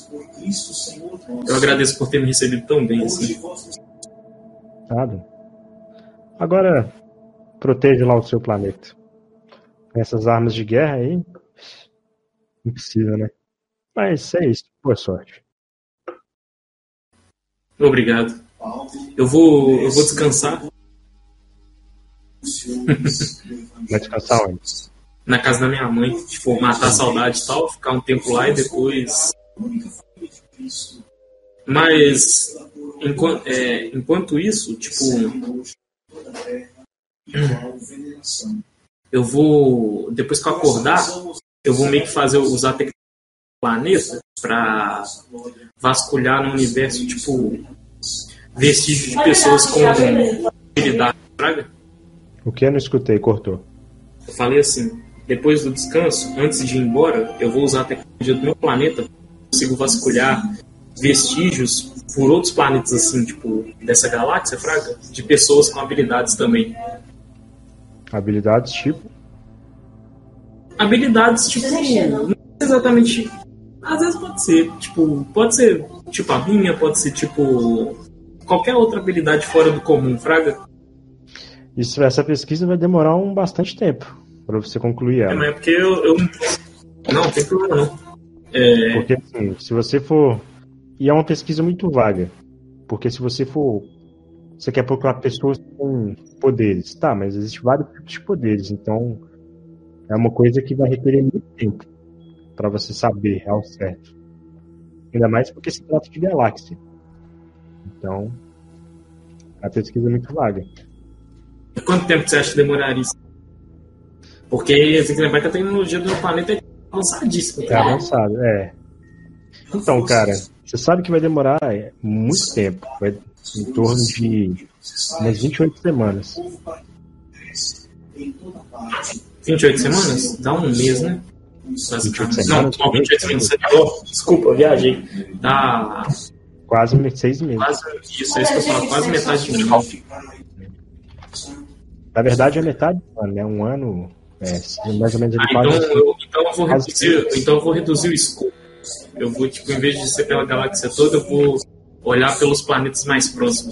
S2: Eu agradeço por ter me recebido tão bem assim.
S1: Nada. Agora, proteja lá o seu planeta. Essas armas de guerra aí, impossível, né? Mas é isso. Boa sorte.
S2: Obrigado. Eu vou descansar.
S1: Vai descansar onde?
S2: Na casa da minha mãe, tipo, matar a saudade e tal, ficar um tempo lá e depois. Mas enquanto isso, tipo, eu vou, depois que eu acordar, eu vou meio que usar a tecnologia do planeta pra vasculhar no universo, tipo, vestígios de pessoas com habilidade, praga.
S1: O que? Eu não escutei, cortou.
S2: Eu falei assim, depois do descanso, antes de ir embora, eu vou usar a tecnologia do meu planeta, consigo vasculhar vestígios por outros planetas, assim, tipo, dessa galáxia, fraga, de pessoas com habilidades também.
S1: Habilidades tipo?
S2: Habilidades, tipo, não exatamente... Às vezes pode ser tipo a minha, pode ser tipo qualquer outra habilidade fora do comum, fraga.
S1: Essa pesquisa vai demorar bastante tempo para você concluir ela.
S2: Mas é porque eu Não tem problema não.
S1: Porque assim, se você for... E é uma pesquisa muito vaga. Porque se você for... Você quer procurar pessoas com poderes. Tá, mas existem vários tipos de poderes. Então, é uma coisa que vai requerer muito tempo para você saber ao certo. Ainda mais porque se trata de galáxia. Então, a pesquisa é muito vaga.
S2: Quanto tempo você acha que demoraria isso? Porque você tem que lembrar que a tecnologia do planeta é avançadíssima.
S1: É avançado, Então, cara, você sabe que vai demorar muito tempo. Vai em torno de umas 28 semanas.
S2: 28 semanas? Dá um mês, né?
S1: 28 semanas?
S2: Não, 28 semanas. Desculpa, eu viajei. Dá...
S1: Quase 6 meses.
S2: Quase, isso, é isso que eu falo. Quase metade de um ano.
S1: Na verdade, é metade do ano, né? Um ano... mais ou menos ele quase...
S2: Então eu vou reduzir o escopo. Eu vou, tipo, em vez de ser pela galáxia toda, eu vou olhar pelos planetas mais próximos.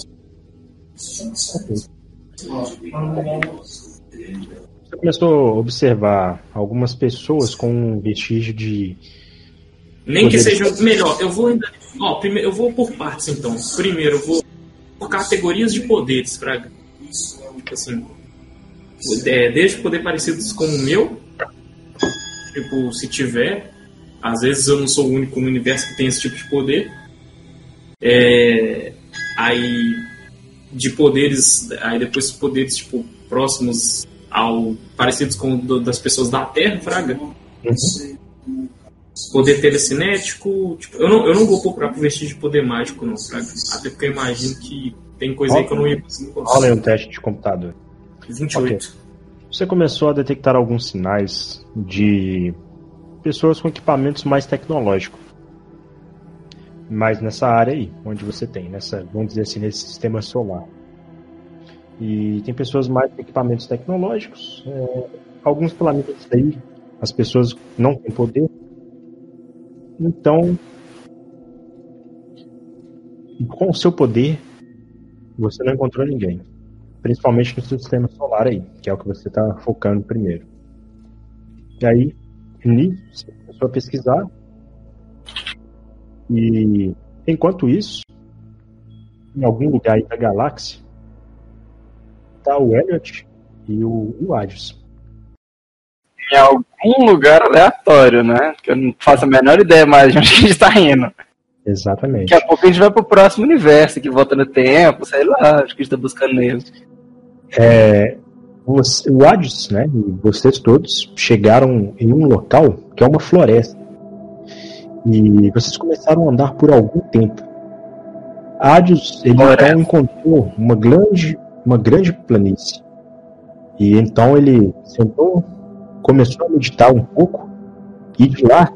S1: Você começou a observar algumas pessoas com um vestígio de...
S2: Nem que seja melhor. Eu vou ainda... primeiro, eu vou por partes, então. Primeiro, eu vou por categorias de poderes, fraga. Tipo assim... desde poder parecidos com o meu. Tipo, se tiver... Às vezes eu não sou o único no universo que tem esse tipo de poder. Aí de poderes, aí depois poderes tipo próximos ao parecidos com das pessoas da Terra, fraga. Poder telecinético, tipo, eu não vou procurar por vestígio de poder mágico não, fraga. Até porque eu imagino que tem coisa aí que eu não ia conseguir.
S1: Rola aí um teste de computador.
S2: 28.
S1: Okay. Você começou a detectar alguns sinais de pessoas com equipamentos mais tecnológicos. Mas nessa área aí, onde você tem, vamos dizer assim, nesse sistema solar. E tem pessoas mais com equipamentos tecnológicos. Alguns planetas aí, as pessoas não têm poder. Então, com o seu poder, você não encontrou ninguém. Principalmente no seu sistema solar aí, que é o que você está focando primeiro. E aí, nisso, você começou a pesquisar. E enquanto isso, em algum lugar aí da galáxia, tá o Elliot e o Hades.
S4: Em algum lugar aleatório, né? Que eu não faço a menor ideia mais de onde a gente tá indo.
S1: Exatamente.
S4: Daqui a pouco a gente vai pro próximo universo, que volta no tempo, sei lá, acho que a gente tá buscando mesmo.
S1: O Hades, né, e vocês todos chegaram em um local que é uma floresta. E vocês começaram a andar por algum tempo. Hades, ele então encontrou uma grande planície. E então ele sentou, começou a meditar um pouco, e de lá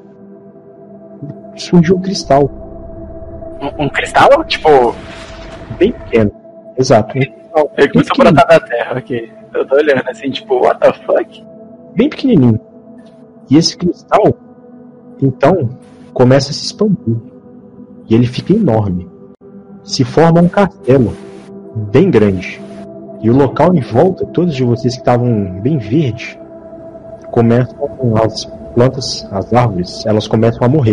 S1: surgiu um cristal.
S4: Um cristal? Tipo...
S1: Bem pequeno. Exato.
S4: Ele começou a brotar da terra, ok. Eu tô olhando assim, tipo, what the fuck?
S1: Bem pequenininho. E esse cristal, então, começa a se expandir. E ele fica enorme. Se forma um castelo bem grande. E o local em volta, todos de vocês que estavam bem verdes, começam as plantas, as árvores, elas começam a morrer.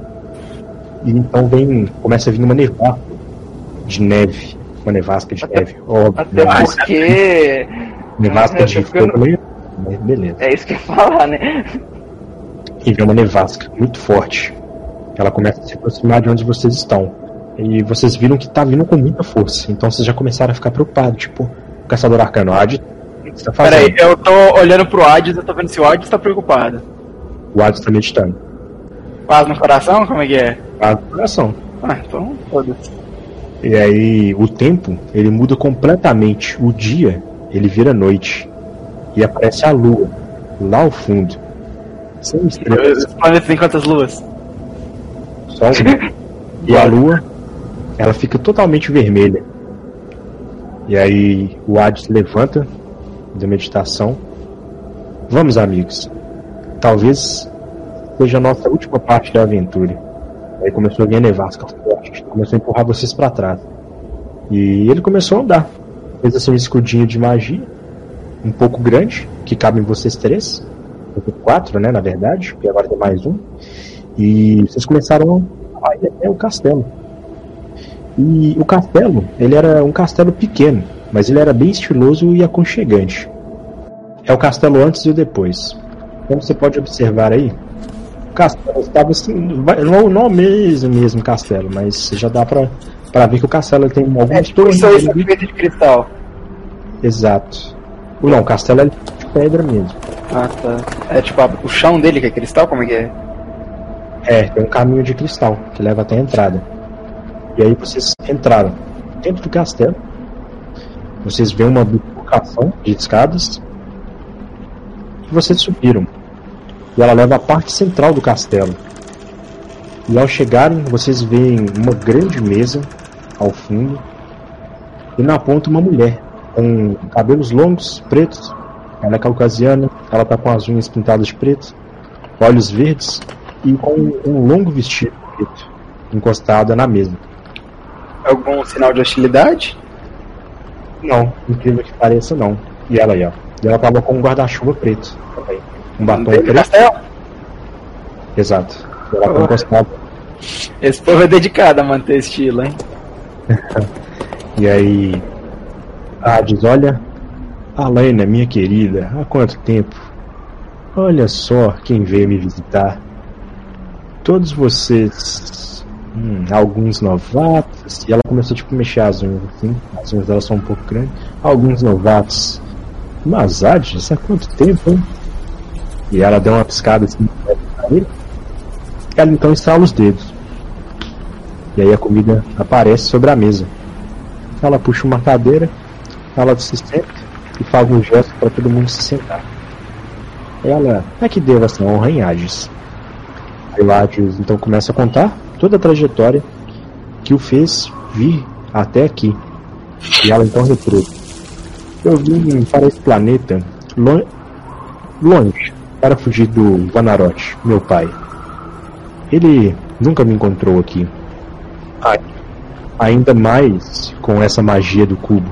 S1: E então começa a vir uma nevasca de neve. Uma nevasca de neve.
S3: Até porque...
S1: Nevasca de fogo, mas beleza.
S3: É isso que eu ia falar, né?
S1: E vem uma nevasca muito forte. Ela começa a se aproximar de onde vocês estão. E vocês viram que tá vindo com muita força. Então vocês já começaram a ficar preocupados. Tipo, o caçador arcano, Hades, o que você tá fazendo?
S4: Peraí, eu tô olhando pro Hades, eu tô vendo se o Hades tá preocupado.
S1: O Hades tá meditando.
S4: Paz no coração? Como é que é?
S1: Paz no coração.
S4: Então foda-se.
S1: E aí o tempo, ele muda completamente. O dia, ele vira noite. E aparece a lua, lá ao fundo. Sem estrelas.
S4: Os planetas têm quantas luas?
S1: Só uma. E a lua, ela fica totalmente vermelha. E aí o Hades levanta da meditação. Vamos, amigos. Talvez seja a nossa última parte da aventura. Aí começou a vir a nevasca forte. Começou a empurrar vocês pra trás. E ele começou a andar. Fez assim um escudinho de magia. Um pouco grande, que cabe em vocês três. 4, né, na verdade, porque agora tem mais um. E vocês começaram a ir até o castelo. E o castelo, ele era um castelo pequeno, mas ele era bem estiloso e aconchegante. É o castelo antes e o depois. Como você pode observar aí, o castelo estava assim, não o mesmo castelo, mas já dá pra ver que o castelo tem algumas torres.
S4: Isso é feito de cristal.
S1: Exato. Não, o castelo é de pedra mesmo.
S4: Ah, tá. É tipo o chão dele que é cristal? Como é que é?
S1: É, tem um caminho de cristal que leva até a entrada. E aí vocês entraram dentro do castelo. Vocês veem uma bifurcação de escadas. E vocês subiram. E ela leva à parte central do castelo. E ao chegarem, vocês veem uma grande mesa ao fundo. E na ponta uma mulher com cabelos longos, pretos. Ela é caucasiana, ela tá com as unhas pintadas de preto, olhos verdes e com um longo vestido preto, encostada na mesa.
S4: Algum sinal de hostilidade?
S1: Não, incrível que pareça, não. E ela aí, ó. E ela tava com um guarda-chuva preto também. Um batom preto.
S4: Castelo?
S1: Exato. E ela tá encostada.
S4: Esse povo é dedicado a manter estilo, hein?
S1: E aí, diz, olha, Alaina, minha querida, há quanto tempo? Olha só quem veio me visitar. Todos vocês, alguns novatos, e ela começou tipo a mexer as unhas assim, as unhas dela são um pouco grandes. Alguns novatos, mas Hades, há quanto tempo, hein? E ela deu uma piscada assim pra ele. Ela então estrala os dedos. E aí a comida aparece sobre a mesa. Ela puxa uma cadeira, ela se senta e faz um gesto para todo mundo se sentar. Ela é que deu essa honra em Hades. Aí o Hades então começa a contar toda a trajetória que o fez vir até aqui. E ela então retruca: eu vim para esse planeta longe para fugir do Vanaroth, meu pai. Ele nunca me encontrou aqui. Ainda mais com essa magia do cubo.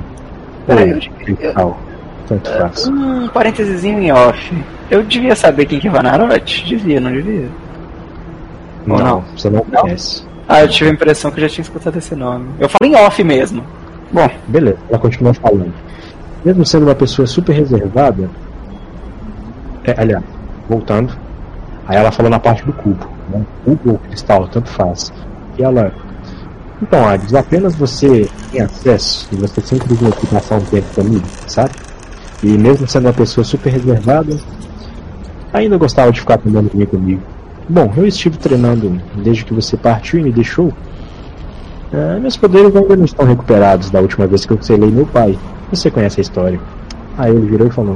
S1: Tanto faz.
S4: Um parênteses em off. Eu devia saber quem que é Vanaroth? Devia, não devia?
S1: Não, você não conhece.
S4: Eu tive a impressão que eu já tinha escutado esse nome. Eu falo em off mesmo. Bom,
S1: beleza, ela continua falando. Mesmo sendo uma pessoa super reservada, aliás, voltando, aí ela falou na parte do cubo, né? Cubo ou cristal, tanto faz. E ela: então, Hades, apenas você tem acesso e você sempre viu aqui passar um tempo comigo, sabe? E mesmo sendo uma pessoa super reservada, ainda gostava de ficar tomando vinho comigo. Bom, eu estive treinando desde que você partiu e me deixou. Meus poderes ainda não estão recuperados da última vez que eu selei meu pai. Você conhece a história. Aí ele virou e falou: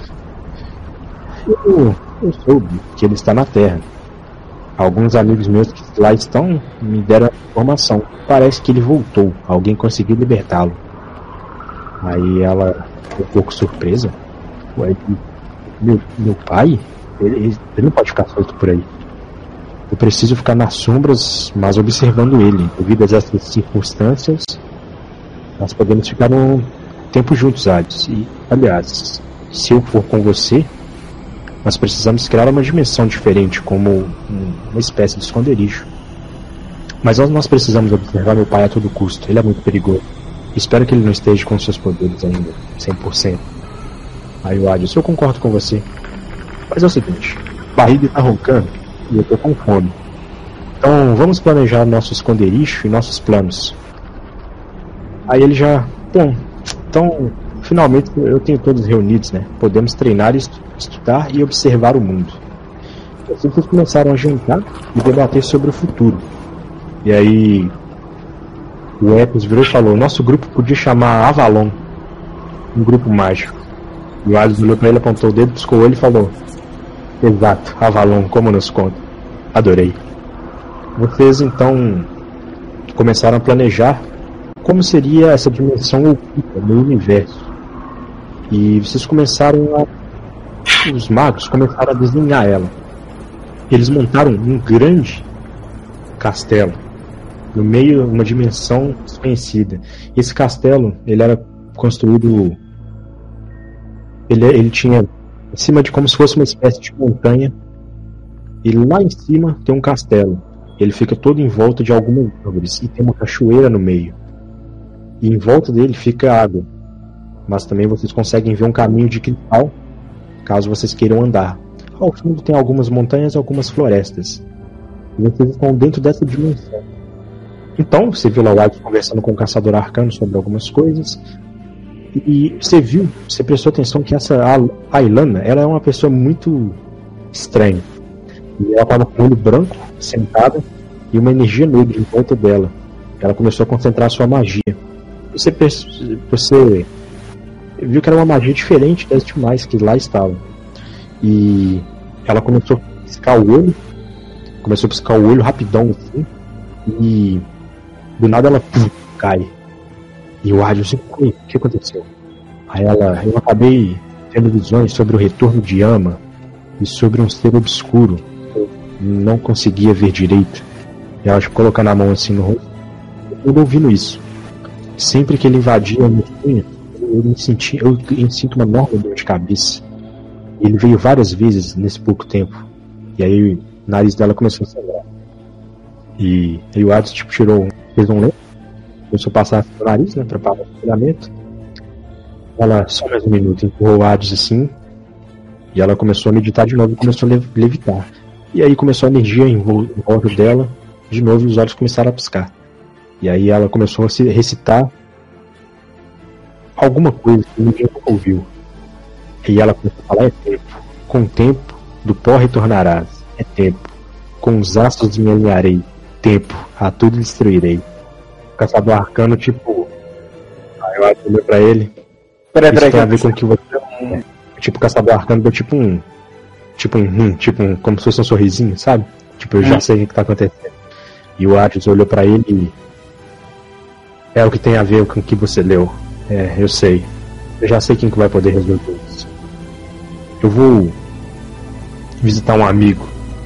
S1: eu soube que ele está na Terra. Alguns amigos meus que lá estão me deram a informação. Parece que ele voltou. Alguém conseguiu libertá-lo. Aí ela ficou um pouco surpresa. Ué, meu pai? Ele não pode ficar solto por aí. Eu preciso ficar nas sombras, mas observando ele. Devido a essas circunstâncias, nós podemos ficar um tempo juntos, Hades. E, aliás, se eu for com você, nós precisamos criar uma dimensão diferente, como uma espécie de esconderijo. Mas nós precisamos observar meu pai a todo custo. Ele é muito perigoso. Espero que ele não esteja com seus poderes ainda 100%. Aí o Hades: eu concordo com você. Mas é o seguinte, a barriga está roncando e eu tô com fome. Então vamos planejar nosso esconderijo e nossos planos. Aí ele já: bom, então finalmente eu tenho todos reunidos, né? Podemos treinar, estudar e observar o mundo. Assim vocês começaram a jantar e debater sobre o futuro. E aí o Epos virou e falou: nosso grupo podia chamar Avalon, um grupo mágico. E o Hades olhou pra ele, apontou o dedo, piscou o olho e falou: exato, Avalon, como nos conta. Adorei. Vocês então começaram a planejar como seria essa dimensão oculta no universo. E vocês começaram os magos começaram a desenhar ela. Eles montaram um grande castelo no meio de uma dimensão desconhecida. Esse castelo, ele era construído, ele tinha em cima de como se fosse uma espécie de montanha. E lá em cima tem um castelo. Ele fica todo em volta de algumas árvores e tem uma cachoeira no meio. E em volta dele fica água. Mas também vocês conseguem ver um caminho de cristal, caso vocês queiram andar. Ao fundo tem algumas montanhas e algumas florestas. E vocês estão dentro dessa dimensão. Então, você viu lá o Hades conversando com o caçador arcano sobre algumas coisas. E você prestou atenção que essa Ailana, ela é uma pessoa muito estranha. E ela estava com o olho branco, sentada, e uma energia negra em volta dela. Ela começou a concentrar a sua magia. Você viu que era uma magia diferente das demais que lá estavam. E ela começou a piscar o olho. Começou a piscar o olho rapidão assim. E do nada ela cai. E o Hades, o que aconteceu? Aí eu acabei tendo visões sobre o retorno de Yama e sobre um ser obscuro. Eu não conseguia ver direito. E ela colocando a mão assim no rosto. Eu ouvindo isso. Sempre que ele invadia a minha cunha, eu sinto uma enorme dor de cabeça. Ele veio várias vezes nesse pouco tempo. E aí o nariz dela começou a sangrar. E aí o Hades fez um lento. Começou a passar no nariz, né, pra parar o sangramento. Ela, só mais um minuto, empurrou o Hades assim. E ela começou a meditar de novo e começou a levitar. E aí começou a energia em volta dela. De novo os olhos começaram a piscar. E aí ela começou a se recitar alguma coisa que ninguém nunca ouviu. E ela começou a falar: é tempo. Com o tempo do pó retornarás. É tempo. Com os astros me alinharei. Tempo. A tudo destruirei. O caçador arcano, Aí eu olhei pra ele. Isso tem a ver com o que você... o caçador arcano deu como se fosse um sorrisinho, sabe? Eu já sei o que tá acontecendo. E o Hades olhou pra ele e... É o que tem a ver com o que você leu. É, eu sei. Eu já sei quem que vai poder resolver isso. Eu vou visitar um amigo.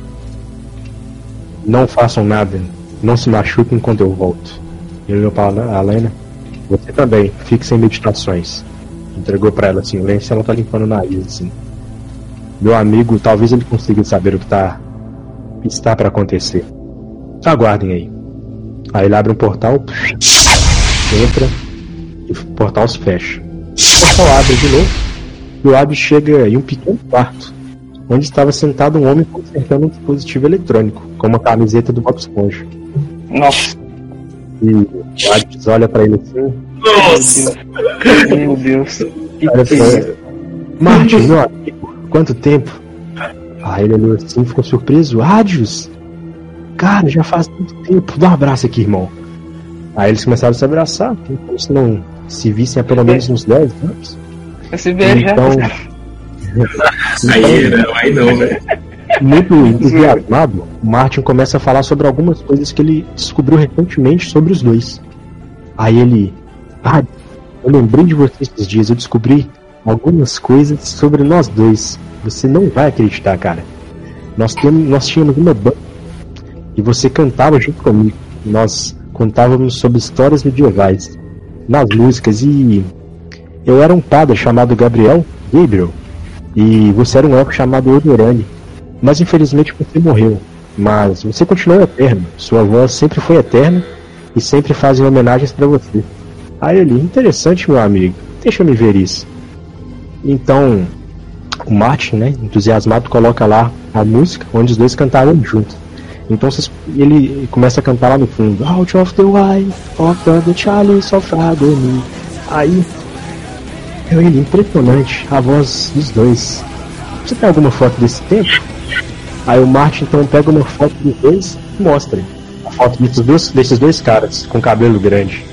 S1: Não façam nada. Não se machuquem enquanto eu volto. Ele olhou pra Ailana. Você também. Fique sem meditações. Entregou pra ela assim, o lenço, ela tá limpando o nariz assim. Meu amigo, talvez ele consiga saber o que está pra acontecer. Aguardem aí. Aí ele abre um portal, entra e o portal se fecha. O portal abre de novo e o Hades chega em um pequeno quarto onde estava sentado um homem consertando um dispositivo eletrônico com uma camiseta do Bob Esponja.
S3: Nossa.
S1: E o Hades olha pra ele assim.
S2: Nossa!
S3: Meu Deus.
S1: Olha pra ele. Martin, meu amigo, quanto tempo? Aí ele olhou assim e ficou surpreso. Hades! Cara, já faz muito tempo. Dá um abraço aqui, irmão. Aí eles começaram a se abraçar, como se não se vissem há pelo menos uns 10 anos.
S3: Esse beijo
S1: Então,
S2: Aí não, velho.
S1: muito entusiasmado, o Martin começa a falar sobre algumas coisas que ele descobriu recentemente sobre os dois. Aí ele... eu lembrei de você esses dias, eu descobri algumas coisas sobre nós dois. Você não vai acreditar, cara. Nós tínhamos uma banda e você cantava junto comigo. Nós contávamos sobre histórias medievais nas músicas e eu era um padre chamado Gabriel, e você era um elfo chamado Odorani. Mas infelizmente você morreu. Mas você continuou eterno. Sua voz sempre foi eterna e sempre fazem homenagens pra você. Aí ele, interessante, meu amigo. Deixa eu me ver isso. Então, o Martin, né, entusiasmado, coloca lá a música onde os dois cantaram juntos. Então ele começa a cantar lá no fundo. Out of the wine, of the chalice of agony. Aí, ele, impressionante, a voz dos dois. Você tem alguma foto desse tempo? Aí o Martin então pega uma foto dos dois e mostra a foto desses dois caras com cabelo grande,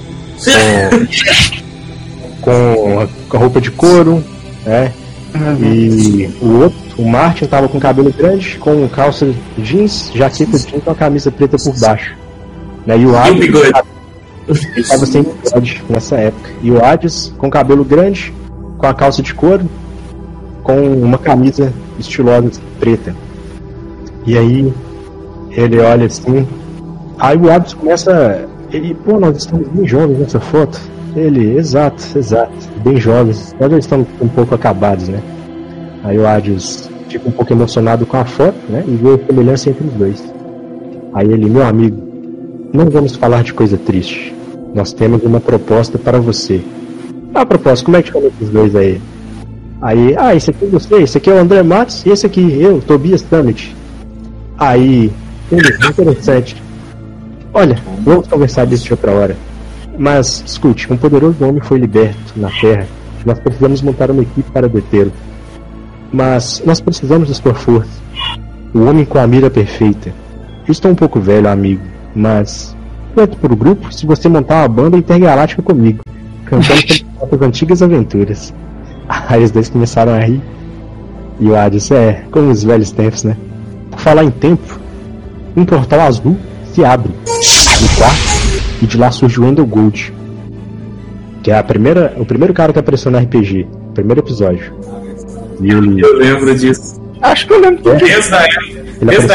S1: com a roupa de couro, né? E o outro, o Martin, tava com cabelo grande, com calça jeans, jaqueta jeans com a camisa preta por baixo, né? E o Hades ele tava sem bigode nessa época. E o Hades com cabelo grande, com a calça de couro, com uma camisa estilosa preta. E aí ele olha assim. Aí o Hades começa. Nós estamos bem jovens nessa foto. Ele, exato, bem jovens. Nós já estamos um pouco acabados, né? Aí o Hades fica um pouco emocionado com a foto, né? E vê a semelhança entre os dois. Aí ele, meu amigo, não vamos falar de coisa triste. Nós temos uma proposta para você. Ah, proposta, como é que chama esses dois aí? Aí, esse aqui é você, esse aqui é o André Matos e esse aqui eu, Tobias Tammet. Aí, interessante. Olha, vamos conversar disso de outra hora. Mas, escute, um poderoso homem foi liberto na Terra. Nós precisamos montar uma equipe para detê-lo. Mas nós precisamos da sua força. O homem com a mira perfeita. Eu estou um pouco velho, amigo, mas quanto para o grupo se você montar uma banda intergaláctica comigo, cantando sobre nossas antigas aventuras. Aí os dois começaram a rir. E o Hades, como os velhos tempos, né? Por falar em tempo, um portal azul se abre no quarto e de lá surge o Wendell Gold, que é o primeiro cara que apareceu no RPG, primeiro episódio. E ele...
S2: Eu lembro disso.
S4: Acho que eu lembro disso.
S2: Desde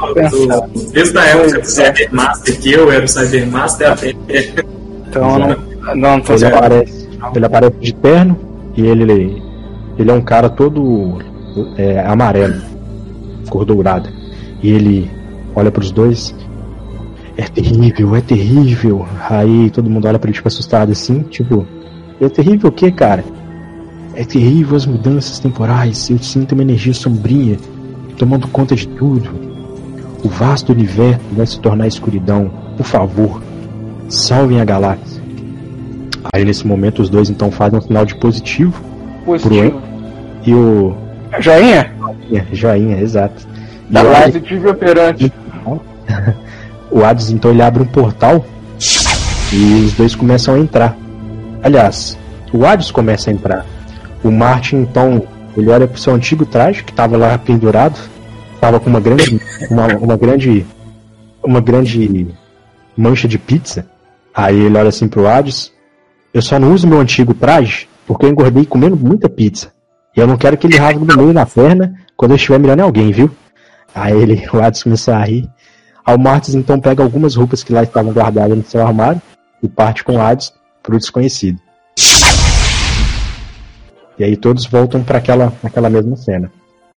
S2: a época do Cybermaster, que eu era o Cybermaster até.
S4: Então não tô
S1: ele aparece de terno e ele é um cara todo amarelo, cor dourada. E ele olha pros dois. É terrível. Aí todo mundo olha pra ele tipo assustado assim, tipo, é terrível o que, cara? É terrível as mudanças temporais. Eu sinto uma energia sombria tomando conta de tudo. O vasto universo vai se tornar escuridão. Por favor, salvem a galáxia. Aí nesse momento os dois então fazem um sinal de positivo. E o...
S4: Joinha?
S1: Joinha, exato.
S3: Da positivo operante.
S1: O Hades então ele abre um portal e os dois começam a entrar. Aliás, o Hades começa a entrar. O Martin então ele olha pro seu antigo traje que estava lá pendurado, estava com uma grande mancha de pizza. Aí ele olha assim pro Hades: eu só não uso meu antigo traje porque eu engordei comendo muita pizza. E eu não quero que ele rasgue no meio na perna quando eu estiver mirando em alguém, viu? Aí o Hades começa a rir. Aí o Martis então pega algumas roupas que lá estavam guardadas no seu armário e parte com o Hades pro desconhecido. E aí todos voltam para aquela mesma cena.